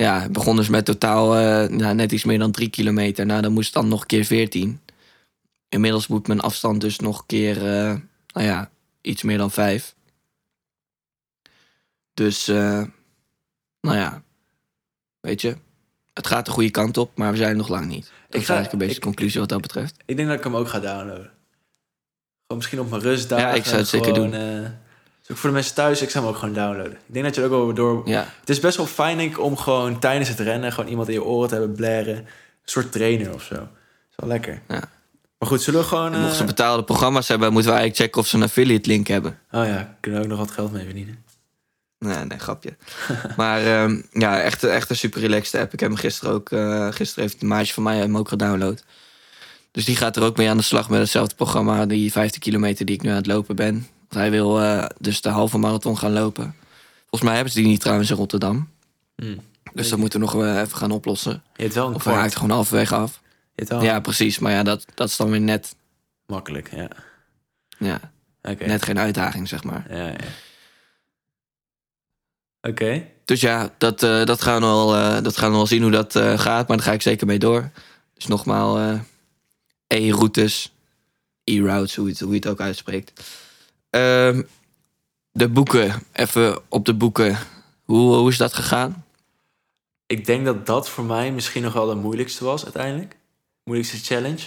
ja, het begon dus met totaal uh, nou, net iets meer dan drie kilometer. Nou, dan moest het dan nog een keer veertien. Inmiddels moet mijn afstand dus nog een keer, uh, nou ja, iets meer dan vijf. Dus, uh, nou ja, weet je, het gaat de goede kant op, maar we zijn er nog lang niet. Dat Ik is ga- eigenlijk een beetje ik- de conclusie wat dat betreft. Ik denk dat ik hem ook ga downloaden. Gewoon misschien op mijn rustdagen. Ja, ik zou het zeker gewoon, doen. eh, dus ook voor de mensen thuis, ik zou hem ook gewoon downloaden. Ik denk dat je er ook wel door... Ja, Het is best wel fijn, denk ik, om gewoon tijdens het rennen... gewoon iemand in je oren te hebben blaren. Een soort trainer of zo. Dat is wel lekker. Ja. Maar goed, zullen we gewoon... en mochten ze eh, betaalde programma's hebben, moeten we eigenlijk checken of ze een affiliate link hebben. Oh ja, kunnen we ook nog wat geld mee verdienen. Nee, nee, grapje. Maar um, ja, echt, echt een super relaxed app. Ik heb hem gisteren ook... Uh, gisteren heeft een maatje van mij hem ook gedownload. Dus die gaat er ook mee aan de slag met hetzelfde programma. Die vijftien kilometer die ik nu aan het lopen ben. Want hij wil uh, dus de halve marathon gaan lopen. Volgens mij hebben ze die niet trouwens in Rotterdam. Hmm. Dus dat moeten we nog uh, even gaan oplossen. Je hebt wel een Of hij kwart. haakt gewoon halverwege af. Je hebt wel Ja, precies. Maar ja, dat, dat is dan weer net, makkelijk, ja. ja, Oké. net geen uitdaging, zeg maar. Ja, ja. Oké. Dus ja, dat, uh, dat, gaan we wel, uh, dat gaan we wel zien hoe dat uh, gaat. Maar daar ga ik zeker mee door. Dus nogmaals, uh, e-routes, e-routes, hoe je het, hoe je het ook uitspreekt. Um, de boeken, even op de boeken. Hoe, hoe is dat gegaan? Ik denk dat dat voor mij misschien nog wel de moeilijkste was uiteindelijk. Moeilijkste challenge.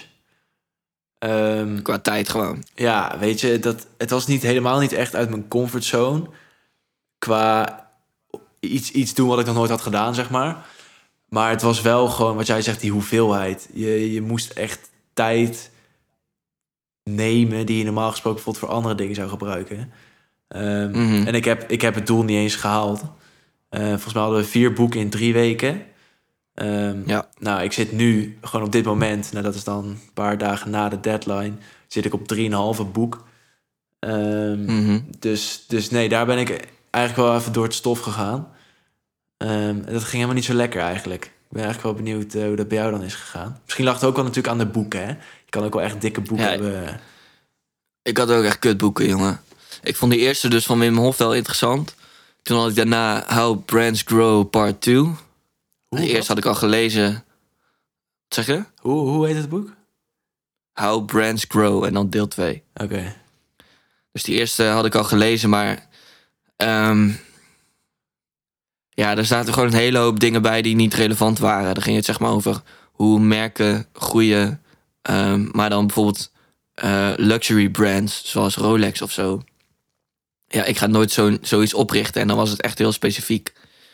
Ehm, Qua tijd gewoon. ja, weet je, dat, het was niet helemaal niet echt uit mijn comfortzone. Qua iets, iets doen wat ik nog nooit had gedaan, zeg maar. Maar het was wel gewoon, wat jij zegt, die hoeveelheid. Je, je moest echt tijd nemen die je normaal gesproken bijvoorbeeld voor andere dingen zou gebruiken. Um, Mhm. En ik heb, ik heb het doel niet eens gehaald. Uh, volgens mij hadden we vier boeken in drie weken. Um, Ja. Nou, ik zit nu gewoon op dit moment, nou dat is dan een paar dagen na de deadline, zit ik op drieënhalve boek. Um, Mhm. dus, dus nee, daar ben ik eigenlijk wel even door het stof gegaan. Um, en dat ging helemaal niet zo lekker eigenlijk. Ik ben eigenlijk wel benieuwd uh, hoe dat bij jou dan is gegaan. Misschien lag het ook wel natuurlijk aan de boeken, hè? Je kan ook wel echt dikke boeken Ja, hebben. Ik had ook echt kutboeken, jongen. Ik vond die eerste dus van Wim Hof wel interessant. Toen had ik daarna How Brands Grow Part twee. Hoe, De eerste wat? had ik al gelezen. Wat zeg je? Hoe, hoe heet het boek? How Brands Grow en dan deel twee. Oké. Okay. Dus die eerste had ik al gelezen, maar... Um, ja, er zaten gewoon een hele hoop dingen bij die niet relevant waren. Dan ging het zeg maar over hoe merken groeien. Um, maar dan bijvoorbeeld uh, luxury brands, zoals Rolex of zo. Ja, ik ga nooit zo, zoiets oprichten. En dan was het echt heel specifiek.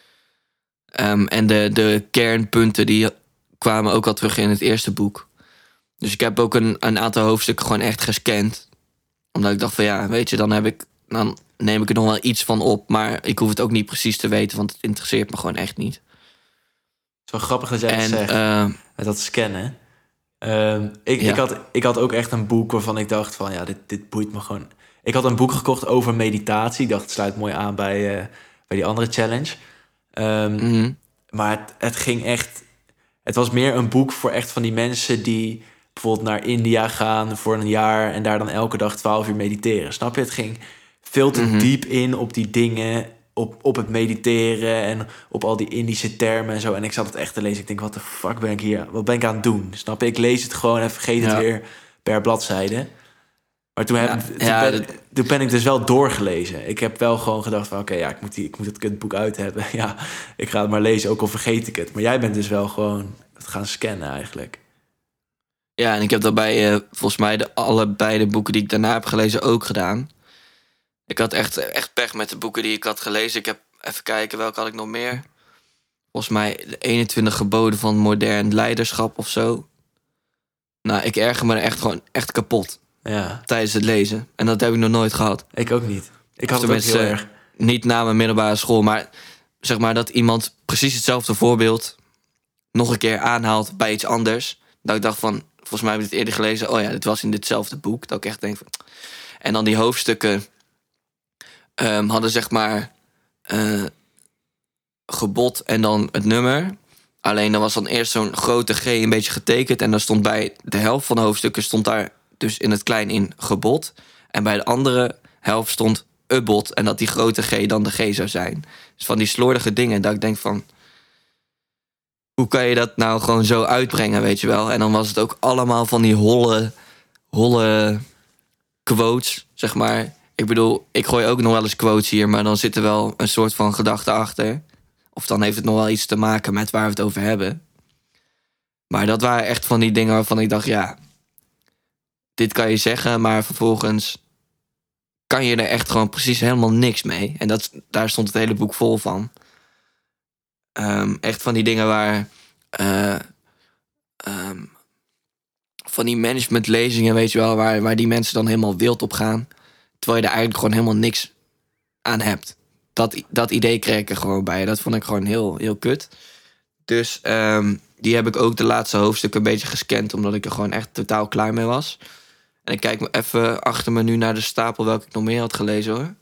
Um, en de, de kernpunten die kwamen ook al terug in het eerste boek. Dus ik heb ook een, een aantal hoofdstukken gewoon echt gescand. Omdat ik dacht van ja, weet je, dan heb ik... dan neem ik er nog wel iets van op. Maar ik hoef het ook niet precies te weten, want het interesseert me gewoon echt niet. Het is wel grappig dat jij En, dat zegt. uh, Met dat scannen. Um, ik, Ja. ik, had, ik had ook echt een boek waarvan ik dacht van... ja, dit, dit boeit me gewoon. Ik had een boek gekocht over meditatie. Ik dacht, het sluit mooi aan bij, uh, bij die andere challenge. Um, mm-hmm. Maar het, het ging echt... Het was meer een boek voor echt van die mensen die... bijvoorbeeld naar India gaan voor een jaar... en daar dan elke dag twaalf uur mediteren. Snap je? Het ging veel te Mm-hmm. diep in op die dingen... Op, op het mediteren en op al die Indische termen en zo. En ik zat het echt te lezen. Ik denk, wat de fuck ben ik hier? Wat ben ik aan het doen? Snap je? Ik lees het gewoon en vergeet het Ja. weer per bladzijde. Maar toen, heb, Ja, toen, ja, ben, toen ben ik dus wel doorgelezen. Ik heb wel gewoon gedacht van... oké, okay, ja, ik moet, die, ik moet het kutboek uit hebben. Ja, ik ga het maar lezen, ook al vergeet ik het. Maar jij bent dus wel gewoon het gaan scannen eigenlijk. Ja, en ik heb daarbij uh, volgens mij de allebei de boeken die ik daarna heb gelezen ook gedaan. Ik had echt, echt pech met de boeken die ik had gelezen. Ik heb even kijken, welke had ik nog meer? Volgens mij de eenentwintig geboden van modern leiderschap of zo. Nou, ik erger me er echt gewoon echt kapot Ja, tijdens het lezen. En dat heb ik nog nooit gehad. ik ook niet. Ik Of had het ook heel tenminste, erg. Niet na mijn middelbare school, maar zeg maar dat iemand precies hetzelfde voorbeeld nog een keer aanhaalt bij iets anders. Dat ik dacht van, volgens mij heb ik het eerder gelezen. Oh ja, dit was in ditzelfde boek. Dat ik echt denk van... En dan die hoofdstukken um, hadden zeg maar uh, gebod en dan het nummer. Alleen dan was dan eerst zo'n grote G een beetje getekend. En dan stond bij de helft van de hoofdstukken stond daar dus in het klein in gebod. En bij de andere helft stond ubod. En dat die grote G dan de G zou zijn. Dus van die slordige dingen dat ik denk van... hoe kan je dat nou gewoon zo uitbrengen, weet je wel? En dan was het ook allemaal van die holle, holle quotes, zeg maar. Ik bedoel, ik gooi ook nog wel eens quotes hier, maar dan zit er wel een soort van gedachte achter. Of dan heeft het nog wel iets te maken met waar we het over hebben. Maar dat waren echt van die dingen waarvan ik dacht, ja, dit kan je zeggen, maar vervolgens kan je er echt gewoon precies helemaal niks mee. En dat, daar stond het hele boek vol van. Um, echt van die dingen waar uh, um, van die managementlezingen, weet je wel, waar, waar die mensen dan helemaal wild op gaan, terwijl je er eigenlijk gewoon helemaal niks aan hebt. Dat, dat idee kreeg ik er gewoon bij. Dat vond ik gewoon heel, heel kut. Dus um, die heb ik ook de laatste hoofdstukken een beetje gescand, omdat ik er gewoon echt totaal klaar mee was. En ik kijk me even achter me nu naar de stapel welke ik nog meer had gelezen, hoor.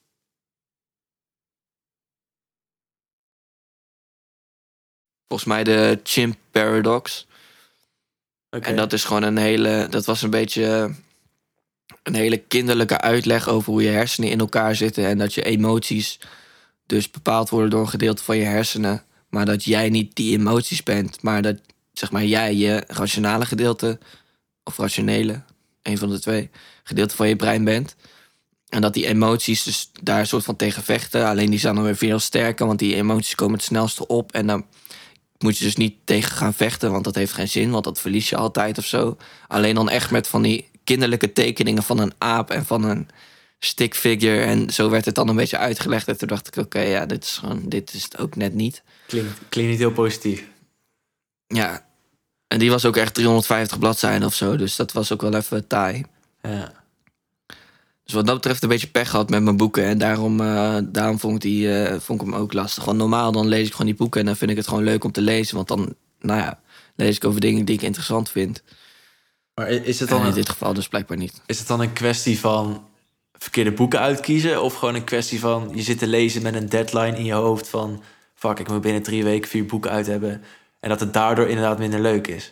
Volgens mij de Chimp Paradox. Okay. En dat is gewoon een hele... Dat was een beetje een hele kinderlijke uitleg over hoe je hersenen in elkaar zitten. En dat je emoties dus bepaald worden door een gedeelte van je hersenen. Maar dat jij niet die emoties bent. Maar dat, zeg maar, jij je rationale gedeelte, of rationele, een van de twee, gedeelte van je brein bent. En dat die emoties dus daar een soort van tegen vechten. Alleen die zijn dan weer veel sterker, want die emoties komen het snelste op. En dan moet je dus niet tegen gaan vechten, want dat heeft geen zin, want dat verlies je altijd of zo. Alleen dan echt met van die kinderlijke tekeningen van een aap en van een stick figure. En zo werd het dan een beetje uitgelegd. En toen dacht ik, oké, okay, ja, dit is gewoon, dit is het ook net niet. Klinkt, klinkt niet heel positief. Ja, en die was ook echt driehonderdvijftig bladzijden of zo, dus dat was ook wel even taai. Ja. Dus wat dat betreft een beetje pech gehad met mijn boeken. En daarom, uh, daarom vond, ik die, uh, vond ik hem ook lastig. Want normaal dan lees ik gewoon die boeken en dan vind ik het gewoon leuk om te lezen. Want dan, nou ja, lees ik over dingen die ik interessant vind. Maar is het dan en in dit geval dus blijkbaar niet. Is het dan een kwestie van verkeerde boeken uitkiezen? Of gewoon een kwestie van je zit te lezen met een deadline in je hoofd van fuck, ik moet binnen drie weken vier boeken uit hebben. En dat het daardoor inderdaad minder leuk is?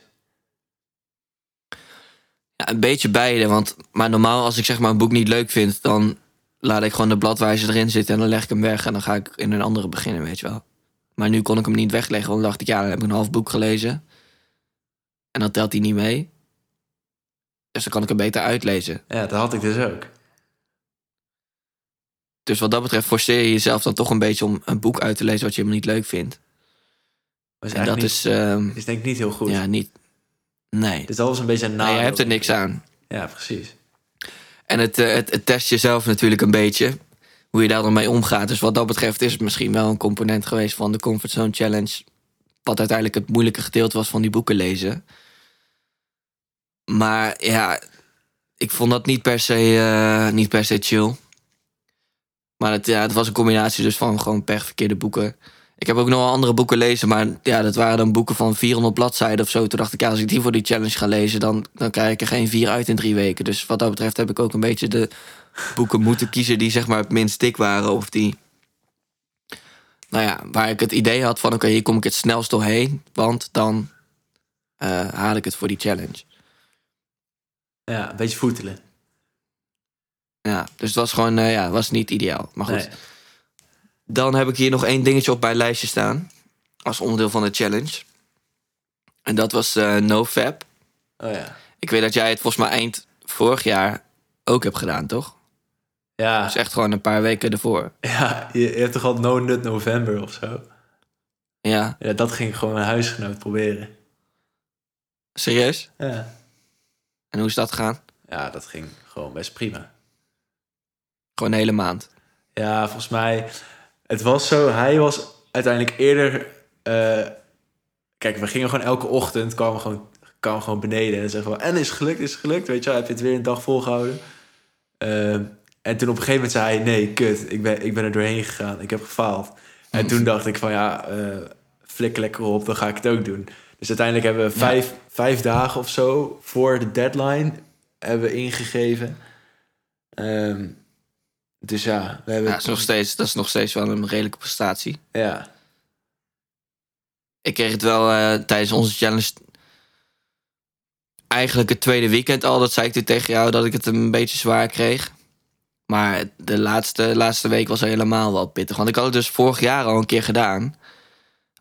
Ja, een beetje beide. Want, maar normaal als ik zeg maar een boek niet leuk vind, dan laat ik gewoon de bladwijzer erin zitten en dan leg ik hem weg en dan ga ik in een andere beginnen, weet je wel. Maar nu kon ik hem niet wegleggen, want dan dacht ik, ja, dan heb ik een half boek gelezen. En dan telt hij niet mee. Dus dan kan ik hem beter uitlezen. Ja, dat had ik dus ook. Dus wat dat betreft forceer je jezelf dan toch een beetje om een boek uit te lezen wat je helemaal niet leuk vindt. Maar is en dat niet, is... Um, is denk ik niet heel goed. Ja, niet... Nee. Dus dat was een beetje een nadeel. Nee, je hebt er niks aan. Ja, precies. En het, het, het test jezelf natuurlijk een beetje, hoe je daar dan mee omgaat. Dus wat dat betreft is het misschien wel een component geweest van de Comfort Zone Challenge, wat uiteindelijk het moeilijke gedeelte was van die boeken lezen. Maar ja, ik vond dat niet per se, uh, niet per se chill. Maar het, ja, het was een combinatie dus van gewoon per verkeerde boeken. Ik heb ook nog wel andere boeken lezen, maar ja, dat waren dan boeken van vierhonderd bladzijden of zo. Toen dacht ik, ja, als ik die voor die challenge ga lezen, dan, dan krijg ik er geen vier uit in drie weken. Dus wat dat betreft heb ik ook een beetje de boeken moeten kiezen die zeg maar het minst dik waren. Of die, nou ja, waar ik het idee had van, oké, okay, hier kom ik het snelst doorheen, want dan uh, haal ik het voor die challenge. Ja, een beetje voetelen. Ja, dus het was gewoon, uh, ja, was niet ideaal. Maar goed. Nee. Dan heb ik hier nog één dingetje op mijn lijstje staan. Als onderdeel van de challenge. En dat was uh, NoFap. Oh ja. Ik weet dat jij het volgens mij eind vorig jaar ook hebt gedaan, toch? Ja. Dus echt gewoon een paar weken ervoor. Ja, je, je hebt toch al No Nut November of zo? Ja. Ja, dat ging ik gewoon mijn huisgenoot proberen. Serieus? Ja. En hoe is dat gegaan? Ja, dat ging gewoon best prima. Gewoon een hele maand? Ja, volgens mij... Het was zo, hij was uiteindelijk eerder... Uh, kijk, we gingen gewoon elke ochtend, kwamen gewoon, kwamen gewoon beneden en zeggen van, en is het gelukt, is het gelukt, weet je wel, heb je het weer een dag volgehouden? Uh, en toen op een gegeven moment zei hij, nee, kut, ik ben, ik ben er doorheen gegaan, ik heb gefaald. En toen dacht ik van, ja, uh, flikker lekker op, dan ga ik het ook doen. Dus uiteindelijk hebben we vijf, ja. vijf dagen of zo voor de deadline hebben we ingegeven. Um, Dus ja, we hebben... Ja, dat is nog steeds, dat is nog steeds wel een redelijke prestatie. Ja. Ik kreeg het wel uh, tijdens onze challenge... Eigenlijk het tweede weekend al, dat zei ik toen tegen jou, dat ik het een beetje zwaar kreeg. Maar de laatste, laatste week was er helemaal wel pittig. Want ik had het dus vorig jaar al een keer gedaan.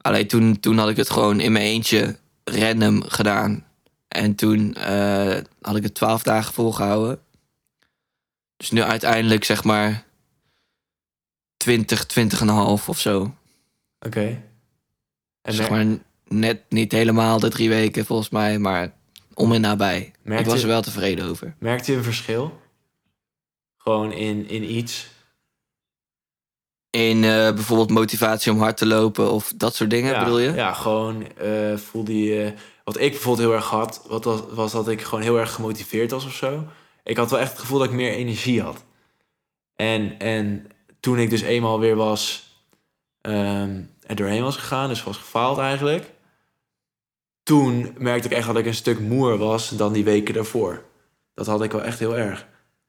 Alleen toen, toen had ik het gewoon in mijn eentje random gedaan. En toen uh, had ik het twaalf dagen volgehouden. Dus nu uiteindelijk zeg maar twintig, twintig en een half of zo. Oké. Okay. En zeg maar net niet helemaal de drie weken volgens mij, maar om en nabij. Ik was er wel tevreden over. Merkte je een verschil? Gewoon in, in iets? In uh, bijvoorbeeld motivatie om hard te lopen of dat soort dingen, ja, bedoel je? Ja, gewoon uh, voelde je... Wat ik bijvoorbeeld heel erg had, wat was, was dat ik gewoon heel erg gemotiveerd was of zo. Ik had wel echt het gevoel dat ik meer energie had. En, en toen ik dus eenmaal weer was... Um, er doorheen was gegaan, dus was gefaald eigenlijk. Toen merkte ik echt dat ik een stuk moer was dan die weken daarvoor. Dat had ik wel echt heel erg.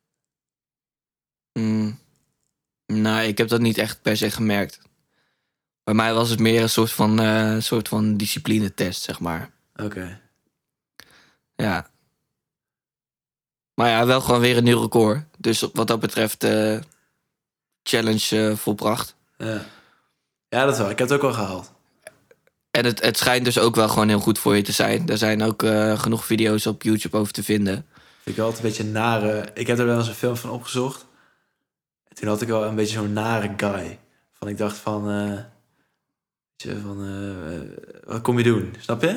Mm. Nou, ik heb dat niet echt per se gemerkt. Bij mij was het meer een soort van, uh, soort van disciplinetest, zeg maar. Oké. Okay. Ja. Maar ja, wel gewoon weer een nieuw record. Dus wat dat betreft, uh, challenge uh, volbracht. Ja. Ja, dat wel. Ik heb het ook al gehaald. En het, het schijnt dus ook wel gewoon heel goed voor je te zijn. Er zijn ook uh, genoeg video's op YouTube over te vinden. Vind ik altijd een beetje nare... Ik heb er wel eens een film van opgezocht. En toen had ik wel een beetje zo'n nare guy. Van ik dacht van... Uh, weet je, van uh, wat kom je doen? Snap je?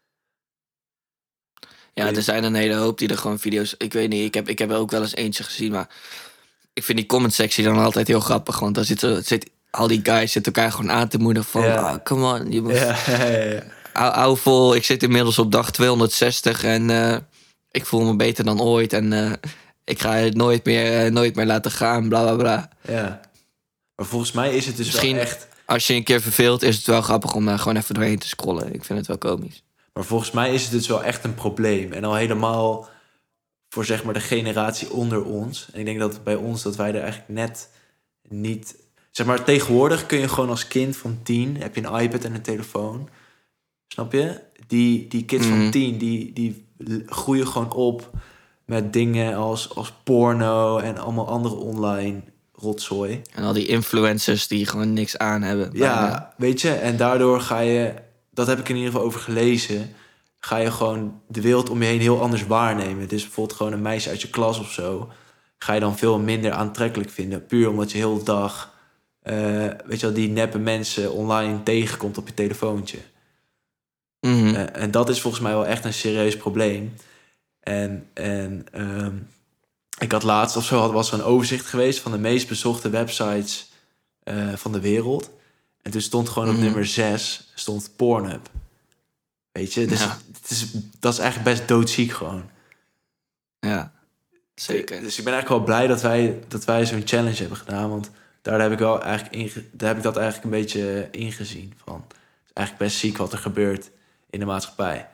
Ja, er zijn een hele hoop die er gewoon video's... Ik weet niet, ik heb, ik heb er ook wel eens eentje gezien, maar... Ik vind die comment sectie dan altijd heel grappig. Want daar zitten... Zit, al die guys zitten elkaar gewoon aan te moedigen van... Ja. Oh, come on, je moet... Ja, ja, ja. Hou, hou vol, ik zit inmiddels op dag tweehonderdzestig en uh, ik voel me beter dan ooit. En uh, ik ga het nooit meer, uh, nooit meer laten gaan, bla bla bla. Ja, maar volgens mij is het dus Misschien, wel echt... als je een keer verveelt, is het wel grappig om uh, gewoon even doorheen te scrollen. Ik vind het wel komisch. Maar volgens mij is het dus wel echt een probleem. En al helemaal voor zeg maar de generatie onder ons. En ik denk dat bij ons, dat wij er eigenlijk net niet... Zeg maar, tegenwoordig kun je gewoon als kind van tien... heb je een iPad en een telefoon. Snap je? Die, die kids mm. van tien, die, die groeien gewoon op... met dingen als, als porno en allemaal andere online rotzooi. En al die influencers die gewoon niks aan hebben. Ja, bijna. Weet je? En daardoor ga je... Dat heb ik in ieder geval over gelezen... ga je gewoon de wereld om je heen heel anders waarnemen. Dus bijvoorbeeld gewoon een meisje uit je klas of zo... ga je dan veel minder aantrekkelijk vinden. Puur omdat je heel de dag... Uh, weet je wel, die neppe mensen online tegenkomt op je telefoontje. Mm-hmm. Uh, en dat is volgens mij wel echt een serieus probleem. En, en um, ik had laatst of zo, had, was er een overzicht geweest... van de meest bezochte websites uh, van de wereld. En toen stond gewoon mm-hmm. op nummer zes stond Pornhub. Weet je, dus ja. het is, dat is eigenlijk best doodziek gewoon. Ja, zeker. Dus ik ben eigenlijk wel blij dat wij, dat wij zo'n challenge hebben gedaan... want daar heb ik wel eigenlijk inge- daar heb ik dat eigenlijk een beetje ingezien van. Het is eigenlijk best ziek wat er gebeurt in de maatschappij.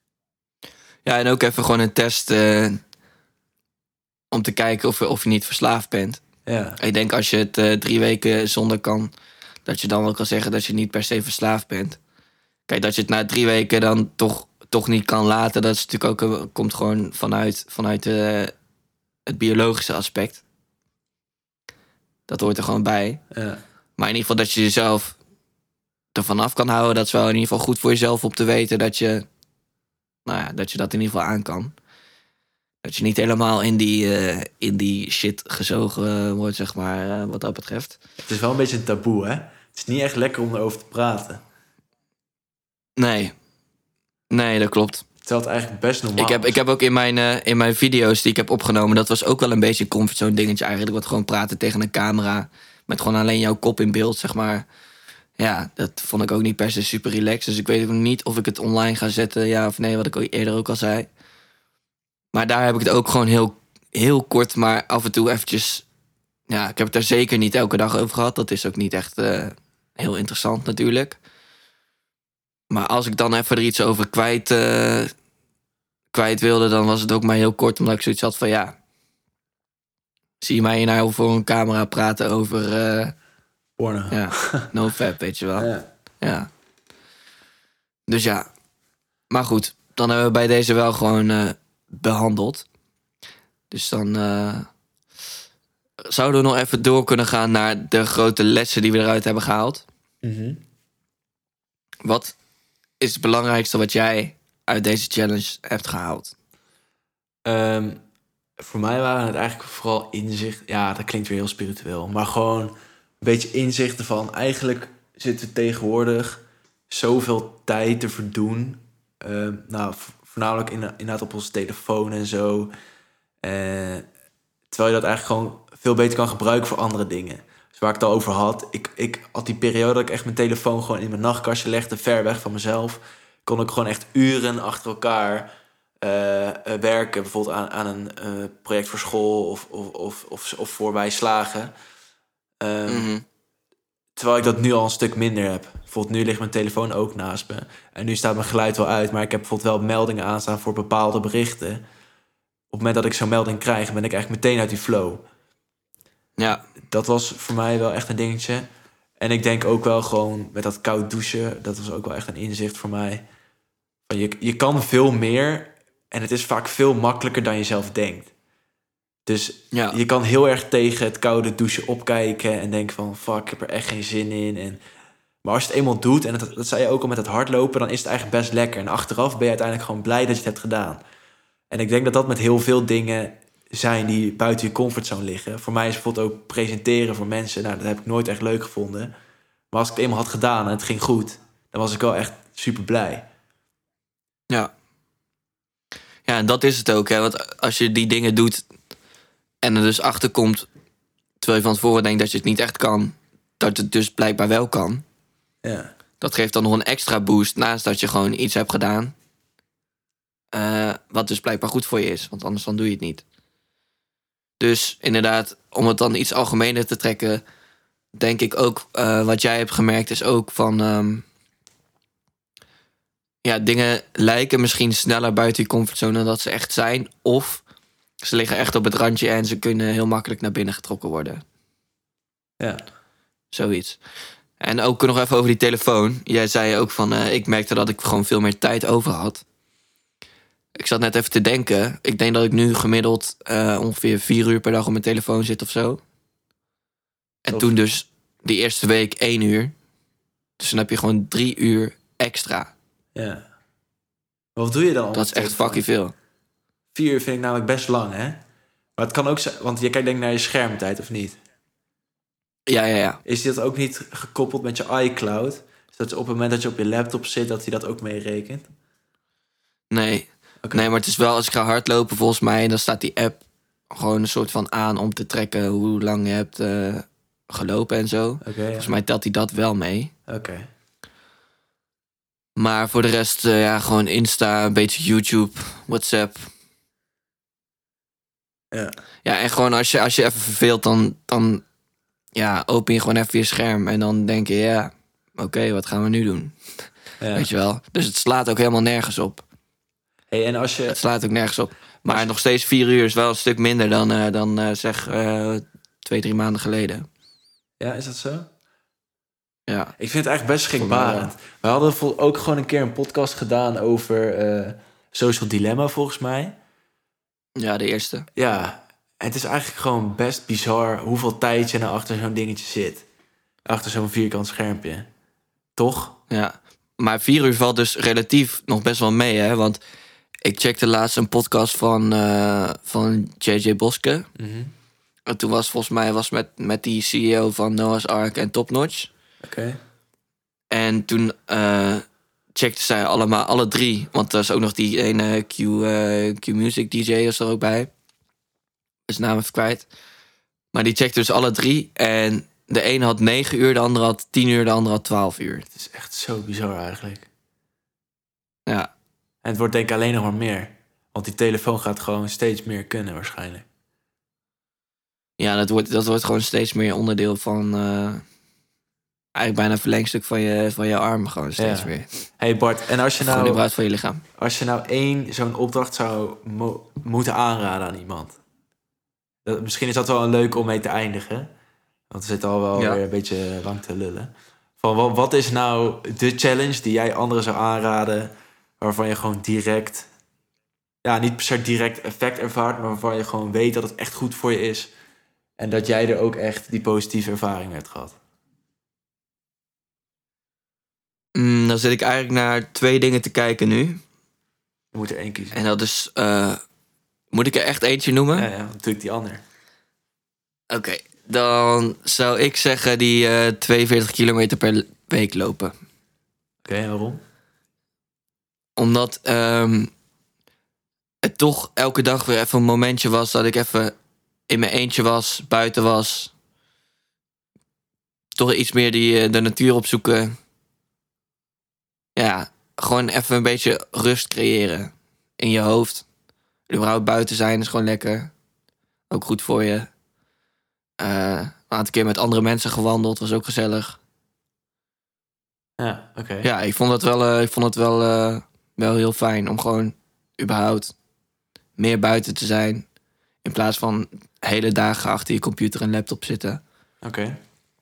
Ja, en ook even gewoon een test uh, om te kijken of, of je niet verslaafd bent. Ja. Ik denk als je het uh, drie weken zonder kan, dat je dan wel kan zeggen dat je niet per se verslaafd bent. Kijk, dat je het na drie weken dan toch, toch niet kan laten, dat is natuurlijk ook uh, komt gewoon vanuit, vanuit uh, het biologische aspect. Dat hoort er gewoon bij. Ja. Maar in ieder geval dat je jezelf ervan af kan houden. Dat is wel in ieder geval goed voor jezelf om te weten dat je, nou ja, dat je dat in ieder geval aan kan. Dat je niet helemaal in die, uh, in die shit gezogen wordt, zeg maar, uh, wat dat betreft. Het is wel een beetje een taboe, hè? Het is niet echt lekker om erover te praten. Nee. Nee, dat klopt. Terwijl het eigenlijk best normaal ik heb, is. Ik heb ook in mijn, uh, in mijn video's die ik heb opgenomen... dat was ook wel een beetje een comfortzone dingetje eigenlijk. Wat gewoon praten tegen een camera. Met gewoon alleen jouw kop in beeld, zeg maar. Ja, dat vond ik ook niet per se super relaxed. Dus ik weet ook niet of ik het online ga zetten, ja of nee. Wat ik eerder ook al zei. Maar daar heb ik het ook gewoon heel, heel kort... maar af en toe eventjes... Ja, ik heb het er zeker niet elke dag over gehad. Dat is ook niet echt uh, heel interessant natuurlijk. Maar als ik dan even er iets over kwijt... Uh, kwijt wilde, dan was het ook maar heel kort, omdat ik zoiets had van ja, zie je mij hier nou voor een camera praten over uh, porno. Ja, no fap, weet je wel. Ja. Ja. Dus ja, maar goed, dan hebben we bij deze wel gewoon uh, behandeld. Dus dan uh, zouden we nog even door kunnen gaan naar de grote lessen die we eruit hebben gehaald. Mm-hmm. Wat is het belangrijkste wat jij uit deze challenge hebt gehaald? Um, voor mij waren het eigenlijk vooral inzicht. Ja, dat klinkt weer heel spiritueel. Maar gewoon een beetje inzichten van... eigenlijk zitten we tegenwoordig zoveel tijd te verdoen. Um, nou, voornamelijk in, inderdaad op onze telefoon en zo. Uh, terwijl je dat eigenlijk gewoon veel beter kan gebruiken voor andere dingen. Dus waar ik het al over had. Ik, ik had die periode dat ik echt mijn telefoon gewoon in mijn nachtkastje legde. Ver weg van mezelf. Kon ik gewoon echt uren achter elkaar... Uh, uh, werken, bijvoorbeeld aan, aan een uh, project voor school of, of, of, of, of voor bijslagen. Um, mm-hmm. Terwijl ik dat nu al een stuk minder heb. Bijvoorbeeld nu ligt mijn telefoon ook naast me. En nu staat mijn geluid wel uit, maar ik heb bijvoorbeeld wel meldingen aanstaan voor bepaalde berichten. Op het moment dat ik zo'n melding krijg, ben ik eigenlijk meteen uit die flow. Ja. Dat was voor mij wel echt een dingetje. En ik denk ook wel gewoon met dat koud douchen, dat was ook wel echt een inzicht voor mij. Van je, je kan veel meer... En het is vaak veel makkelijker dan je zelf denkt. Dus ja. Je kan heel erg tegen het koude douchen opkijken... en denken van, fuck, ik heb er echt geen zin in. En... Maar als je het eenmaal doet, en dat, dat zei je ook al met het hardlopen... dan is het eigenlijk best lekker. En achteraf ben je uiteindelijk gewoon blij dat je het hebt gedaan. En ik denk dat dat met heel veel dingen zijn... die buiten je comfortzone liggen. Voor mij is bijvoorbeeld ook presenteren voor mensen... nou, dat heb ik nooit echt leuk gevonden. Maar als ik het eenmaal had gedaan en het ging goed... dan was ik wel echt super blij. Ja. Ja, en dat is het ook, hè. Want als je die dingen doet en er dus achter komt... terwijl je van tevoren denkt dat je het niet echt kan... dat het dus blijkbaar wel kan. Ja. Dat geeft dan nog een extra boost naast dat je gewoon iets hebt gedaan... Uh, wat dus blijkbaar goed voor je is, want anders dan doe je het niet. Dus inderdaad, om het dan iets algemener te trekken... denk ik ook, uh, wat jij hebt gemerkt is ook van... Um, ja, dingen lijken misschien sneller buiten je comfortzone dan dat ze echt zijn. Of ze liggen echt op het randje en ze kunnen heel makkelijk naar binnen getrokken worden. Ja. Zoiets. En ook nog even over die telefoon. Jij zei ook van, uh, ik merkte dat ik gewoon veel meer tijd over had. Ik zat net even te denken. Ik denk dat ik nu gemiddeld uh, ongeveer vier uur per dag op mijn telefoon zit of zo. En Tof. Toen dus die eerste week één uur. Dus dan heb je gewoon drie uur extra. Ja. Maar wat doe je dan? Dat is echt fucking veel. Vier uur vind ik namelijk best lang, hè? Maar het kan ook zijn... Want je kijkt denk ik naar je schermtijd, of niet? Ja, ja, ja. Is dat ook niet gekoppeld met je iCloud? Dus dat op het moment dat je op je laptop zit... dat hij dat ook meerekent? Nee. Okay. Nee, maar het is wel... Als ik ga hardlopen, volgens mij... dan staat die app gewoon een soort van aan... om te trekken hoe lang je hebt uh, gelopen en zo. Okay, ja. Volgens mij telt hij dat wel mee. Oké. Okay. Maar voor de rest, uh, ja, gewoon Insta, een beetje YouTube, WhatsApp. Ja. Ja, en gewoon als je, als je even verveelt, dan, dan ja, open je gewoon even je scherm. En dan denk je, ja, oké, okay, wat gaan we nu doen? Ja. Weet je wel? Dus het slaat ook helemaal nergens op. Hey, en als je... Het slaat ook nergens op. Maar je... nog steeds vier uur is wel een stuk minder dan, uh, dan uh, zeg uh, twee, drie maanden geleden. Ja, is dat zo? Ja. Ik vind het eigenlijk best schrikbarend. We hadden ook gewoon een keer een podcast gedaan over uh, Social Dilemma, volgens mij. Ja, de eerste. Ja, en het is eigenlijk gewoon best bizar hoeveel tijd je nou achter zo'n dingetje zit. Achter zo'n vierkant schermpje. Toch? Ja, maar vier uur valt dus relatief nog best wel mee, hè? Want ik checkte laatst een podcast van, uh, van J J Boske. Mm-hmm. En toen was volgens mij was met, met die C E O van Noah's Ark en Top Notch. Oké. Okay. En toen uh, checkten zij allemaal, alle drie. Want er is ook nog die ene Q, uh, Q Music D J is er ook bij. Is naam even kwijt. Maar die checkten dus alle drie. En de ene had negen uur, de andere had tien uur, de andere had twaalf uur. Het is echt zo bizar eigenlijk. Ja. En het wordt denk ik alleen nog maar meer. Want die telefoon gaat gewoon steeds meer kunnen waarschijnlijk. Ja, dat wordt, dat wordt gewoon steeds meer onderdeel van... Uh, eigenlijk bijna een verlengstuk van je, van je arm gewoon steeds ja. meer. Hey Bart, en als je nou... Gewoon van je lichaam. Als je nou één zo'n opdracht zou mo- moeten aanraden aan iemand. Dat, misschien is dat wel een leuk om mee te eindigen. Want we zitten al wel ja. weer een beetje lang te lullen. Van wat, wat is nou de challenge die jij anderen zou aanraden... waarvan je gewoon direct... ja, niet per se direct effect ervaart... maar waarvan je gewoon weet dat het echt goed voor je is... en dat jij er ook echt die positieve ervaring mee hebt gehad? Mm, Um, dan zit ik eigenlijk naar twee dingen te kijken nu. Je moet er één kiezen. En dat is... Uh, moet ik er echt eentje noemen? Ja, ja, natuurlijk die ander. Oké, okay, dan zou ik zeggen die uh, tweeënveertig kilometer per week lopen. Oké, okay, waarom? Omdat um, het toch elke dag weer even een momentje was dat ik even in mijn eentje was, buiten was. Toch iets meer die, uh, de natuur opzoeken. Ja, gewoon even een beetje rust creëren in je hoofd. Überhaupt buiten zijn is gewoon lekker. Ook goed voor je. Uh, een aantal keer met andere mensen gewandeld, was ook gezellig. Ja, oké. Okay. Ja, ik vond het wel, uh, ik vond het wel, uh, wel heel fijn om gewoon überhaupt meer buiten te zijn. In plaats van hele dagen achter je computer en laptop zitten. Oké. Okay.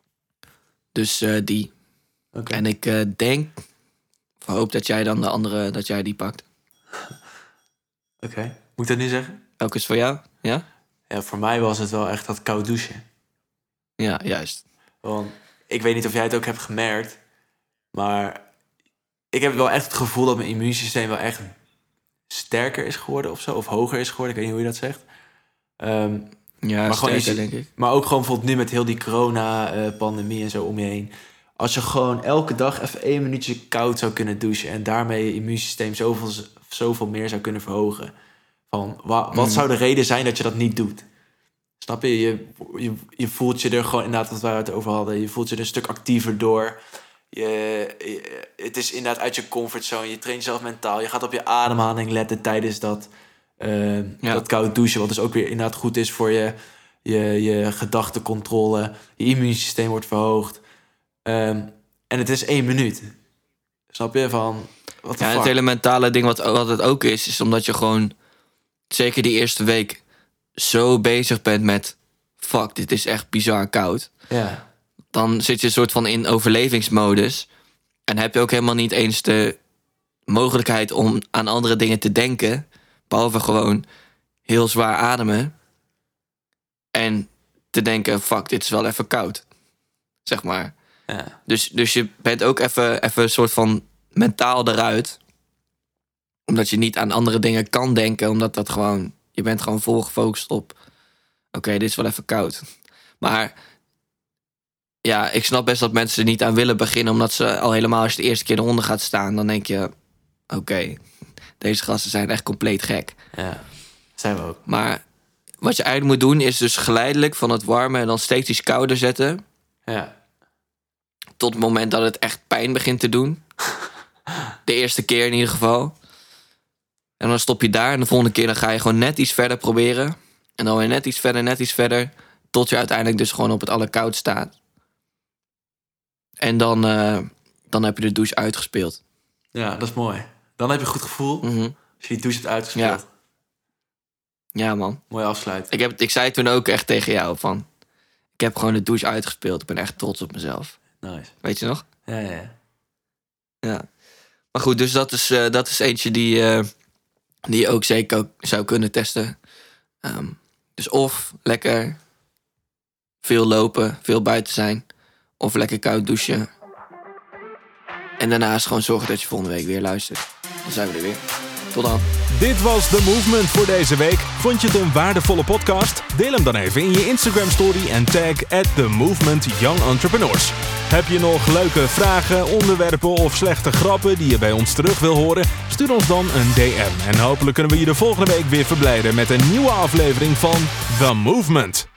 Dus uh, die. Okay. En ik uh, denk, of hoop dat jij dan de andere, dat jij die pakt. Oké. Okay. Moet ik dat nu zeggen? Welke is voor jou? Ja? Ja, voor mij was het wel echt dat koud douchen. Ja, juist. Want ik weet niet of jij het ook hebt gemerkt, maar ik heb wel echt het gevoel dat mijn immuunsysteem wel echt sterker is geworden of zo, of hoger is geworden. Ik weet niet hoe je dat zegt. Um, ja, maar sterker, gewoon, denk ik. Maar ook gewoon bijvoorbeeld nu met heel die corona-pandemie en zo om je heen. Als je gewoon elke dag even één minuutje koud zou kunnen douchen en daarmee je immuunsysteem zoveel, zoveel meer zou kunnen verhogen. Van, wa, wat mm. zou de reden zijn dat je dat niet doet? Snap je? Je, je? je voelt je er gewoon, inderdaad wat wij het over hadden, je voelt je er een stuk actiever door. Je, je, het is inderdaad uit je comfortzone. Je traint jezelf mentaal. Je gaat op je ademhaling letten tijdens dat, uh, ja. dat koud douchen. Wat dus ook weer inderdaad goed is voor je, je, je gedachtencontrole. Je immuunsysteem wordt verhoogd. Um, en het is één minuut. Snap je? Van, wat ja, het hele mentale ding wat, wat het ook is, is omdat je gewoon, zeker die eerste week, zo bezig bent met, fuck, dit is echt bizar koud. Ja. Dan zit je een soort van in overlevingsmodus. En heb je ook helemaal niet eens de mogelijkheid om aan andere dingen te denken. Behalve gewoon heel zwaar ademen. En te denken, fuck, dit is wel even koud. Zeg maar. Ja. Dus, dus je bent ook even, even een soort van mentaal eruit. Omdat je niet aan andere dingen kan denken. Omdat dat gewoon, je bent gewoon vol gefocust op, oké, okay, dit is wel even koud. Maar ja, ik snap best dat mensen er niet aan willen beginnen. Omdat ze al helemaal, als je de eerste keer eronder gaat staan, dan denk je, oké, okay, deze gasten zijn echt compleet gek. Ja, zijn we ook. Maar wat je eigenlijk moet doen, is dus geleidelijk van het warme en dan steeds iets kouder zetten. Ja. Tot het moment dat het echt pijn begint te doen. De eerste keer in ieder geval. En dan stop je daar. En de volgende keer dan ga je gewoon net iets verder proberen. En dan weer net iets verder, net iets verder. Tot je uiteindelijk dus gewoon op het allerkoud staat. En dan, uh, dan heb je de douche uitgespeeld. Ja, dat is mooi. Dan heb je een goed gevoel. Mm-hmm. Als je die douche hebt uitgespeeld. Ja, ja man. Mooi afsluiten. Ik, heb, ik zei toen ook echt tegen jou van, ik heb gewoon de douche uitgespeeld. Ik ben echt trots op mezelf. Nice. Weet je nog? Ja, ja, ja. Ja. Maar goed, dus dat is, uh, dat is eentje die, uh, die je ook zeker ook zou kunnen testen. Um, dus of lekker veel lopen, veel buiten zijn. Of lekker koud douchen. En daarnaast gewoon zorgen dat je volgende week weer luistert. Dan zijn we er weer. Tot dan. Dit was The Movement voor deze week. Vond je het een waardevolle podcast? Deel hem dan even in je Instagram story en tag at The Movement Young Entrepreneurs. Heb je nog leuke vragen, onderwerpen of slechte grappen die je bij ons terug wil horen? Stuur ons dan een D M. En hopelijk kunnen we je de volgende week weer verblijden met een nieuwe aflevering van The Movement.